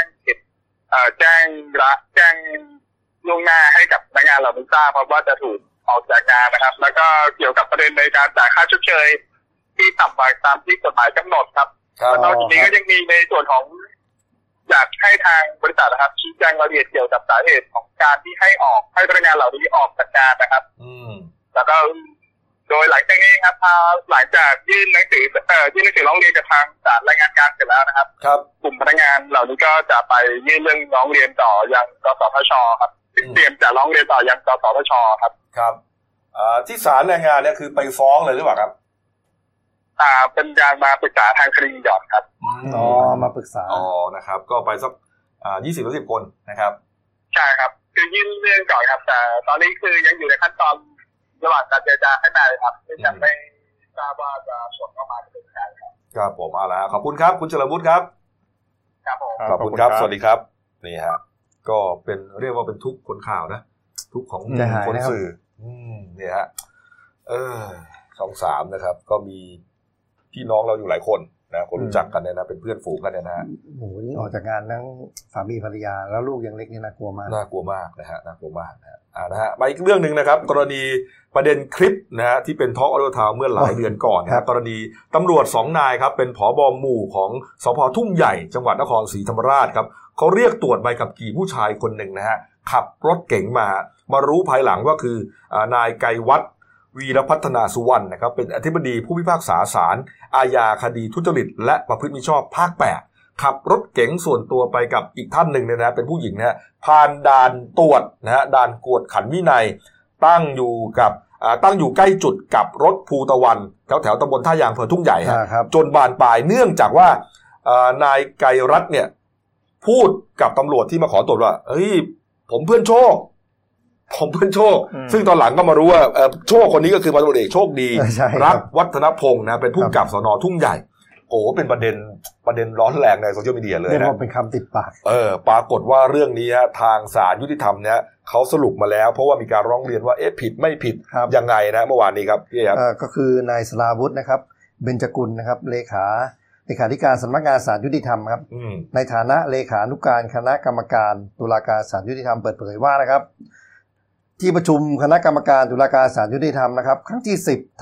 ล่วงหน้าให้กับพนักงานเหล่านี้ทราบเพราะว่าจะถูกออกจากงานนะครับแล้วก็เกี่ยวกับประเด็นในการจ่ายค่าชดเชยที่ต่ำกว่าตามที่กฎหมายกำหนดครับแล้วนอกจากนี้ก็ยังมีในส่วนของอยากให้ทางบริษัทนะครับชี้แจงรายละเอียดเกี่ยวกับสาเหตุของการที่ให้พนักงานเหล่านี้ออกจากงานนะครับแล้วก็โดยหลังจากนี้ครับหลังจากยื่นหนังสือร้องเรียนกับทางศาลแรงงานกลางเสร็จแล้วนะครับกลุ่มพนักงานเหล่านี้ก็จะไปยื่นเรื่องร้องเรียนต่อยังกสทชครับเตรียมจะร้องเรียนต่อยังกสทชครับครับที่ศาลแรงงานเนี่ยคือไปฟ้องเลยหรือเปล่าครับเป็นการมาปรึกษาทางคดีหย่อนครับมาปรึกษานะครับก็ไปสัก20-30 คนนะครับใช่ครับคือยื่นเรื่องก่อนครับแต่ตอนนี้คือยังอยู่ในขั้นตอนระหว่างการเจรจาให้นายครับยังไม่ทราบว่าจะส่งเข้ามาเป็นการครับผมเอาละขอบคุณครับคุณเฉลิมวุฒิครับครับผมขอบคุณครับสวัสดีครับนี่ฮะก็เป็นเรียกว่าเป็นทุกคนข่าวนะทุกของคนสื่อเนี่ยฮะช่อง3นะครับก็มีพี่น้องเราอยู่หลายคนนะคนรู้จักกันเนี่ยนะเป็นเพื่อนฝูงกันเนี่ยนะโอ้โหนี่ออกจากงานทั้งสามีภรรยาแล้วลูกยังเล็กนี่น่ากลัวมากนะฮะน่ากลัวมากนะฮะมาอีกเรื่องนึงนะครับกรณีประเด็นคลิปนะฮะที่เป็นทอล์กออดิโอทาวเมื่อหลายเดือนก่อนนะครับกรณีตำรวจ2นายครับเป็นผบ.หมู่ของสภ.ทุ่งใหญ่จังหวัดนครศรีธรรมราชครับเขาเรียกตรวจใบขับขี่ผู้ชายคนหนึ่งนะฮะขับรถเก๋งมารู้ภายหลังว่าคือนายไกรวัฒน์วีรพัฒนาสุวรรณนะครับเป็นอธิบดีผู้พิพากษาศาลอาญาคดีทุจริตและประพฤติมิชอบภาค8ขับรถเก๋งส่วนตัวไปกับอีกท่านหนึ่งเนี่ยนะเป็นผู้หญิงนะฮะผ่านด่านตรวจนะฮะด่านกวดขันวินัยตั้งอยู่ใกล้จุดกับรถภูตะวันแถวตำบลท่ายางอำเภอทุ่งใหญ่จนบานปลายเนื่องจากว่านายไกรรัตน์เนี่ยพูดกับตำรวจที่มาขอตรวจว่าเฮ้ยผมเพื่อนโชคซึ่งตอนหลังก็มารู้ว่าโชคคนนี้ก็คือพันตำรวจเอกโชคดีรักวัฒนพงศ์นะเป็นผู้กำกับสน.ทุ่งใหญ่โอ้เป็นประเด็นร้อนแรงในโซเชียลมีเดียเลยนะเรียกว่าเป็นคำติดปากปรากฏว่าเรื่องนี้ทางศาลยุติธรรมเนี่ยเขาสรุปมาแล้วเพราะว่ามีการร้องเรียนว่าผิดไม่ผิดยังไงนะเมื่อวานนี้ครับพี่ครับก็คือนายสราวุธนะครับเบญจกุลนะครับเลขาธิการสำนักงานศาลยุติธรรมครับในฐานะเลขานุการคณะกรรมการตุลาการศาลยุติธรรมเปิดเผยว่านะครับที่ประชุมคณะกรรมการตุลาการศาลยุติธรรมนะครับครั้งที่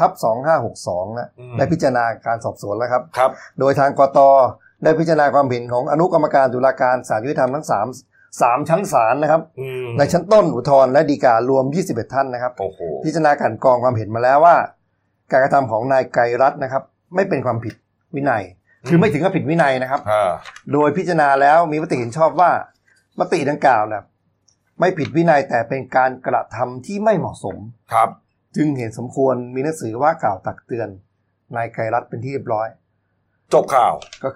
10/2562นะได้พิจารณาการสอบสวนแล้วครับโดยทางกต.ได้พิจารณาความเห็นของอนุกรรมการตุลาการศาลยุติธรรมทั้ง3ชั้นศาลนะครับในชั้นต้นอุทธรณ์และฎีการวม21ท่านนะครับพิจารณาการกรองความเห็นมาแล้วว่าการกระทำของนายไกรรัตน์นะครับไม่เป็นความผิดวินัยคือไม่ถึงกับผิดวินัยนะครับโดยพิจารณาแล้วมีมติเห็นชอบว่ามติดังกล่าวนะไม่ผิดวินัยแต่เป็นการกระทำที่ไม่เหมาะสมครับจึงเห็นสมควรมีหนังสือว่ากล่าวตักเตือนนายไกรรัตน์เป็นที่เรียบร้อยจบข่าวก็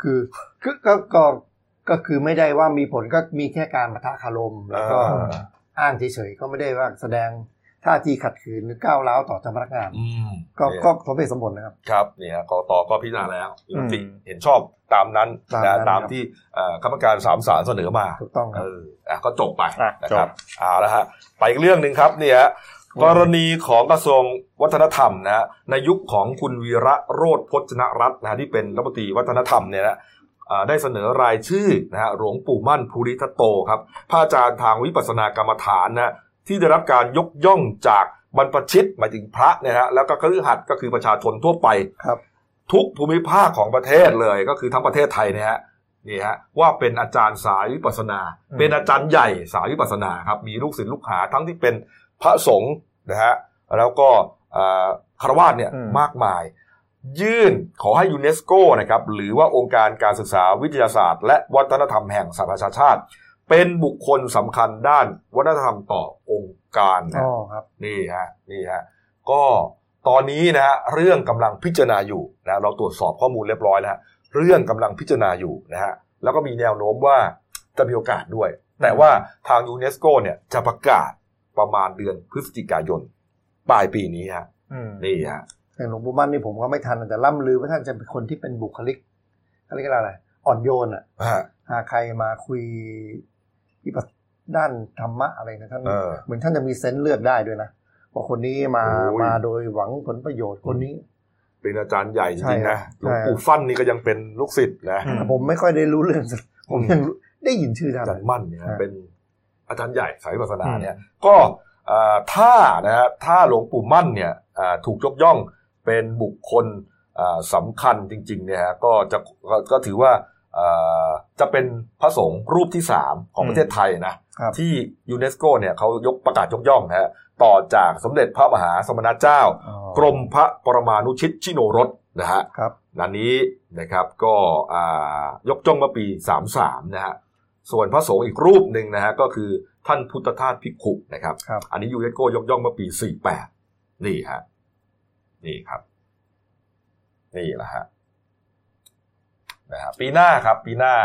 คือไม่ได้ว่ามีผลก็มีแค่การปะทะคารมแล้วก็อ้างเฉยๆก็ไม่ได้ว่าแสดงท่าทีขัดขืนหรือก้าวร้าวต่อเจ้าพนักงานก็สมเหตุสมผลนะครับครับนี่ฮะกต.ก็พิจารณาแล้วเห็นชอบตามนั้นนะตามที่คณะกรรมการ3ศาลเสนอมาถูกต้องครับก็จบไปนะครับเอาละฮะไปอีกเรื่องนึงครับเนี่ยกรณีของกระทรวงวัฒนธรรมนะในยุคของคุณวีระโรจน์พจนรัตน์นะที่เป็นรัฐมนตรีวัฒนธรรมเนี่ยนะได้เสนอรายชื่อนะฮะหลวงปู่มั่นภูริทัตโตครับพระอาจารย์ทางวิปัสสนากรรมฐานนะที่ได้รับการยกย่องจากบรรพชิตหมายถึงพระเนี่ยฮะแล้วก็คฤหัสถ์ก็คือประชาชนทั่วไปทุกภูมิภาคของประเทศเลยก็คือทั้งประเทศไทยเนี่ยฮะนี่ฮะว่าเป็นอาจารย์สายวิปัสสนาเป็นอาจารย์ใหญ่สายวิปัสสนาครับมีลูกศิษย์ลูกหาทั้งที่เป็นพระสงฆ์นะฮะแล้วก็คฤหัสถ์เนี่ยมากมายยื่นขอให้ยูเนสโกนะครับหรือว่าองค์การการศึกษาวิทยาศาสตร์และวัฒนธรรมแห่งสหประชาชาติเป็นบุคคลสำคัญด้านวัฒนธรรมต่อองค์การนะครับนี่ฮะก็ตอนนี้นะฮะเรื่องกำลังพิจารณาอยู่นะเราตรวจสอบข้อมูลเรียบร้อยแล้วเรื่องกำลังพิจารณาอยู่นะฮะแล้วก็มีแนวโน้มว่าจะมีโอกาสด้วยแต่ว่าทางยูเนสโกเนี่ยจะประกาศประมาณเดือนพฤศจิกายนปลายปีนี้ฮะนี่ฮะอย่างหลวงปู่มั่นนี่ผมก็ไม่ทันแต่ล่ำลือว่าท่านจะเป็นคนที่เป็นบุคลิกอะไรอ่อนโยนอ่ะหาใครมาคุยที่ด้านธรรมะอะไรนะท่านเหมือนท่านจะมีเซนส์เลือกได้ด้วยนะว่าคนนี้มาโดยหวังผลประโยชน์คนนี้เป็นอาจารย์ใหญ่จริงๆนะหลวงปู่ฟั่นนี่ก็ยังเป็นลูกศิษย์นะผมไม่ค่อยได้รู้เรื่องผมยังได้ยินชื่อท่านอาจารย์มั่นเนี่ยเป็นอาจารย์ใหญ่สายวิปัสสนาเนี่ยก็ถ้าหลวงปู่มั่นเนี่ยถูกยกย่องเป็นบุคคลสำคัญจริงๆเนี่ยก็ถือว่าจะเป็นพระสงฆ์รูปที่3ของประเทศไทยนะที่ยูเนสโกเนี่ยเขาประกาศยกย่องนะฮะต่อจากสมเด็จพระมหาสมณเจ้ากรมพระปรมานุชิตชิโนรสนะฮะอันนี้นะครับก็ยกย่องเมื่อปี33นะฮะส่วนพระสงฆ์อีกรูปหนึ่งนะฮะก็คือท่านพุทธทาสภิกขุนะครับอันนี้ยูเนสโกยกย่องเมื่อปี48นี่ฮะนี่ครับนี่แหละฮะปีหน้าครับปีหน้า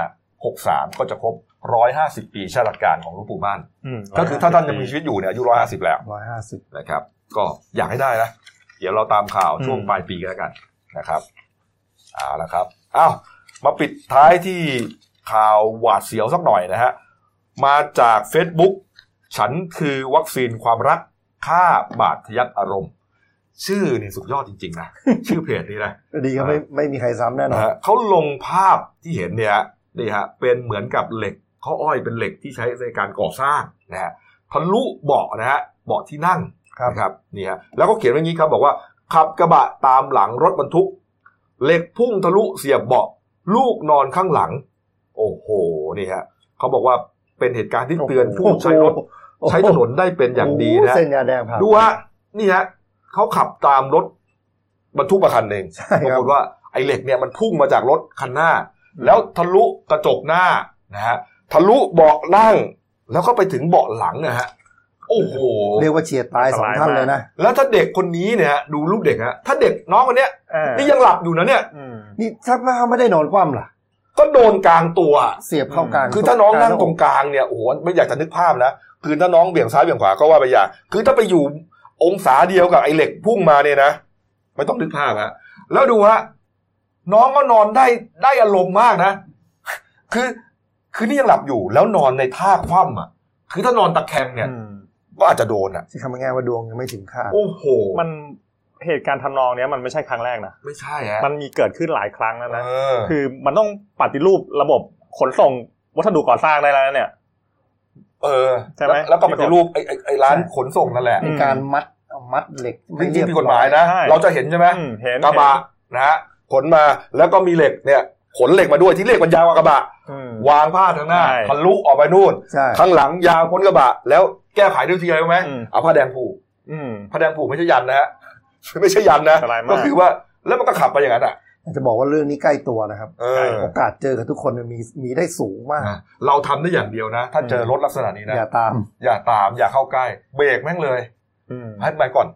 63ก็จะครบ150ปีชาติการของหลวงปู่มั่นก็คือถ้าท่านยังมีชีวิตอยู่เนี่ยอายุ150แล้ว 150 นะครับก็อยากให้ได้นะเดี๋ยวเราตามข่าวช่วงปลายปีกันแล้วกันนะครับเอาละครับมาปิดท้ายที่ข่าวหวาดเสียวสักหน่อยนะฮะมาจาก Facebook ฉันคือวัคซีนความรักฆ่าบาดทะยักอารมณ์ชื่อนี่สุดยอดจริงๆนะชื่อเพจนี้นะดีครับไม่มีใครซ้ำแน่นอนเขาลงภาพที่เห็นเนี่ยนี่ฮะเป็นเหมือนกับเหล็กข้ออ้อยเป็นเหล็กที่ใช้ในการก่อสร้างนะฮะทะลุเบาะนะฮะเบาะที่นั่งนะครับนี่ฮะแล้วก็เขียนไว้อย่างนี้ครับบอกว่าขับกระบะตามหลังรถบรรทุกเหล็กพุ่งทะลุเสียบเบาะลูกนอนข้างหลังโอ้โหนี่ฮะเขาบอกว่าเป็นเหตุการณ์ที่เตือนผู้ใช้รถใช้ถนนได้เป็นอย่างดีนะดูฮะนี่ฮะเขาขับตามรถบรรทุกมาคันหนึ่งปรากฏว่าไอ้เหล็กเนี่ยมันพุ่งมาจากรถคันหน้าแล้วทะลุกระจกหน้านะฮะทะลุเบาะนั่งแล้วก็ไปถึงเบาะหลังนะฮะโอ้โหเรียกว่าเฉียดตาย2ท่านเลยนะแล้วถ้าเด็กคนนี้เนี่ยดูรูปเด็กฮะถ้าเด็กน้องคนเนี้ยนี่ยังหลับอยู่นะเนี่ยนี่ถ้าเขาไม่ได้นอนคว่ำล่ะก็โดนกลางตัวเสียบเข้ากลางคือถ้าน้องนั่งตรงกลางเนี่ยโอ้โหไม่อยากจะนึกภาพนะคือถ้าน้องเบี่ยงซ้ายเบี่ยงขวาก็ว่าไปอย่างคือถ้าไปอยู่องศาเดียวกับไอ้เหล็กพุ่งมาเนี่ยนะไม่ต้องนึกภาพฮะแล้วดูฮะน้องก็นอนได้อารมณ์มากนะคือนี่ยังหลับอยู่แล้วนอนในท่าคว่ำอ่ะคือถ้านอนตะแคงเนี่ยก็อาจจะโดนอ่ะที่คำง่ายว่าดวงยังไม่ถึงคาดโอ้โหมันเหตุการณ์ทำนองนี้มันไม่ใช่ครั้งแรกนะไม่ใช่ฮะมันมีเกิดขึ้นหลายครั้งแล้วนะคือมันต้องปฏิรูประบบขนส่งวัสดุก่อสร้างได้แล้วเนี่ยใช่ไหมแล้วก็ปฏิรูปไอ้ร้านขนส่งนั่นแหละการมัดเหล็กไม่ผิดกฎหมายนะเราจะเห็นใช่ไหมกระบะนะฮะขนมาแล้วก็มีเหล็กเนี่ยขนเหล็กมาด้วยที่เหล็กมันยาวกว่ากระบะวางผ้าทางหน้าทะลุออกไปนู่นข้างหลังยาวพ้นกระบะแล้วแก้ไขด้วยทีอะไรรู้ไหมเอาผ้าแดงผูกผ้าแดงผูกไม่ใช่ยันนะฮะไม่ใช่ยันนะก็คือว่าแล้วมันก็ขับไปอย่างนั้นอ่ะจะบอกว่าเรื่องนี้ใกล้ตัวนะครับโอกาสเจอกับทุกคนมีได้สูงมากเราทำได้อย่างเดียวนะถ้าเจอรถลักษณะนี้นะอย่าตามอย่าเข้าใกล้เบรกแม่งเลยให้ไปก่อน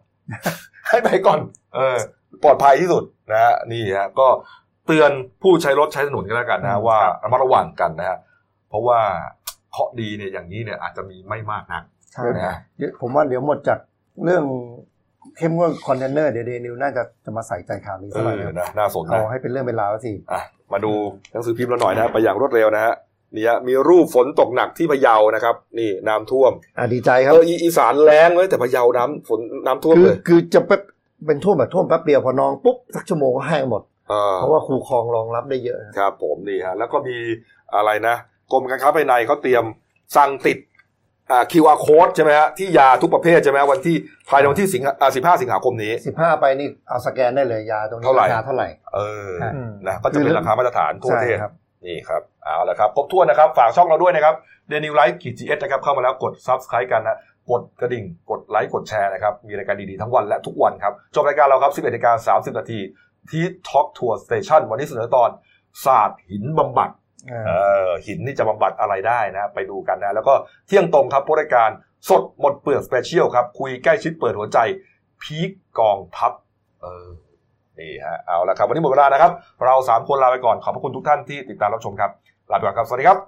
ปลอดภัยที่สุดนะฮะนี่ฮะก็เตือนผู้ใช้รถใช้ถนนกันแล้วกันนะว่าระมัดระวังกันนะฮะเพราะว่าเคราะห์ดีเนี่ยอย่างนี้เนี่ยอาจจะมีไม่มากนักใช่นะผมว่าเดี๋ยวหมดจากเรื่องเข้มงวดคอนเทนเนอร์เดี๋ยวเดนิวน่าจะมาใส่ใจข่าวนี้สักหน่อยนะน่าสนนะเอาให้เป็นเรื่องเป็นราวสิมาดูหนังสือพิมพ์เราหน่อยนะไปอย่างรวดเร็วนะฮะนี่ฮะมีรูปฝนตกหนักที่พะเยานะครับนี่น้ำท่วมดีใจครับอีสานแล้งเลยแต่พะเยาน้ำท่วมเลยคือจะเป็นท่วมแบบท่วมแป๊บเดียวพอนองปุ๊บสักชั่วโมงก็แห้งหมดเพราะว่าคูคลองรองรับได้เยอะครับผมนี่ฮะแล้วก็มีอะไรนะกรมการค้าภายในเขาเตรียมสั่งติด QR code ใช่ไหมฮะที่ยาทุกประเภทใช่ไหมวันที่ภายในวันที่15 สิงหาคมนี้ 15ไปนี่เอาสแกนได้เลยยาตรงนี้ราคาเท่าไหร่นะก็จะเป็นราคามาตรฐานทั่วประเทศนี่ครับเอาละครับครบถ้วนนะครับฝากช่องเราด้วยนะครับ Daily Life GS นะครับเข้ามาแล้วกด Subscribe กันนะกดกระดิ่งกดไลค์กดแชร์นะครับมีรายการดีๆทั้งวันและทุกวันครับจบรายการเราครับ 11:30 น.ที่ Talk Tour Station วันนี้เสนอตอนศาสตร์หินบำบัดหินนี่จะบำบัดอะไรได้นะไปดูกันนะแล้วก็เที่ยงตรงครับรายการสดหมดเปลือกสเปเชียลครับคุยใกล้ชิดเปิดหัวใจพีคกองทัพนี่ฮะเอาละครับวันนี้หมดเวลานะครับเรา3คนลาไปก่อนขอบพระคุณทุกท่านที่ติดตามรับชมครับลาไปก่อนครับสวัสดีครับ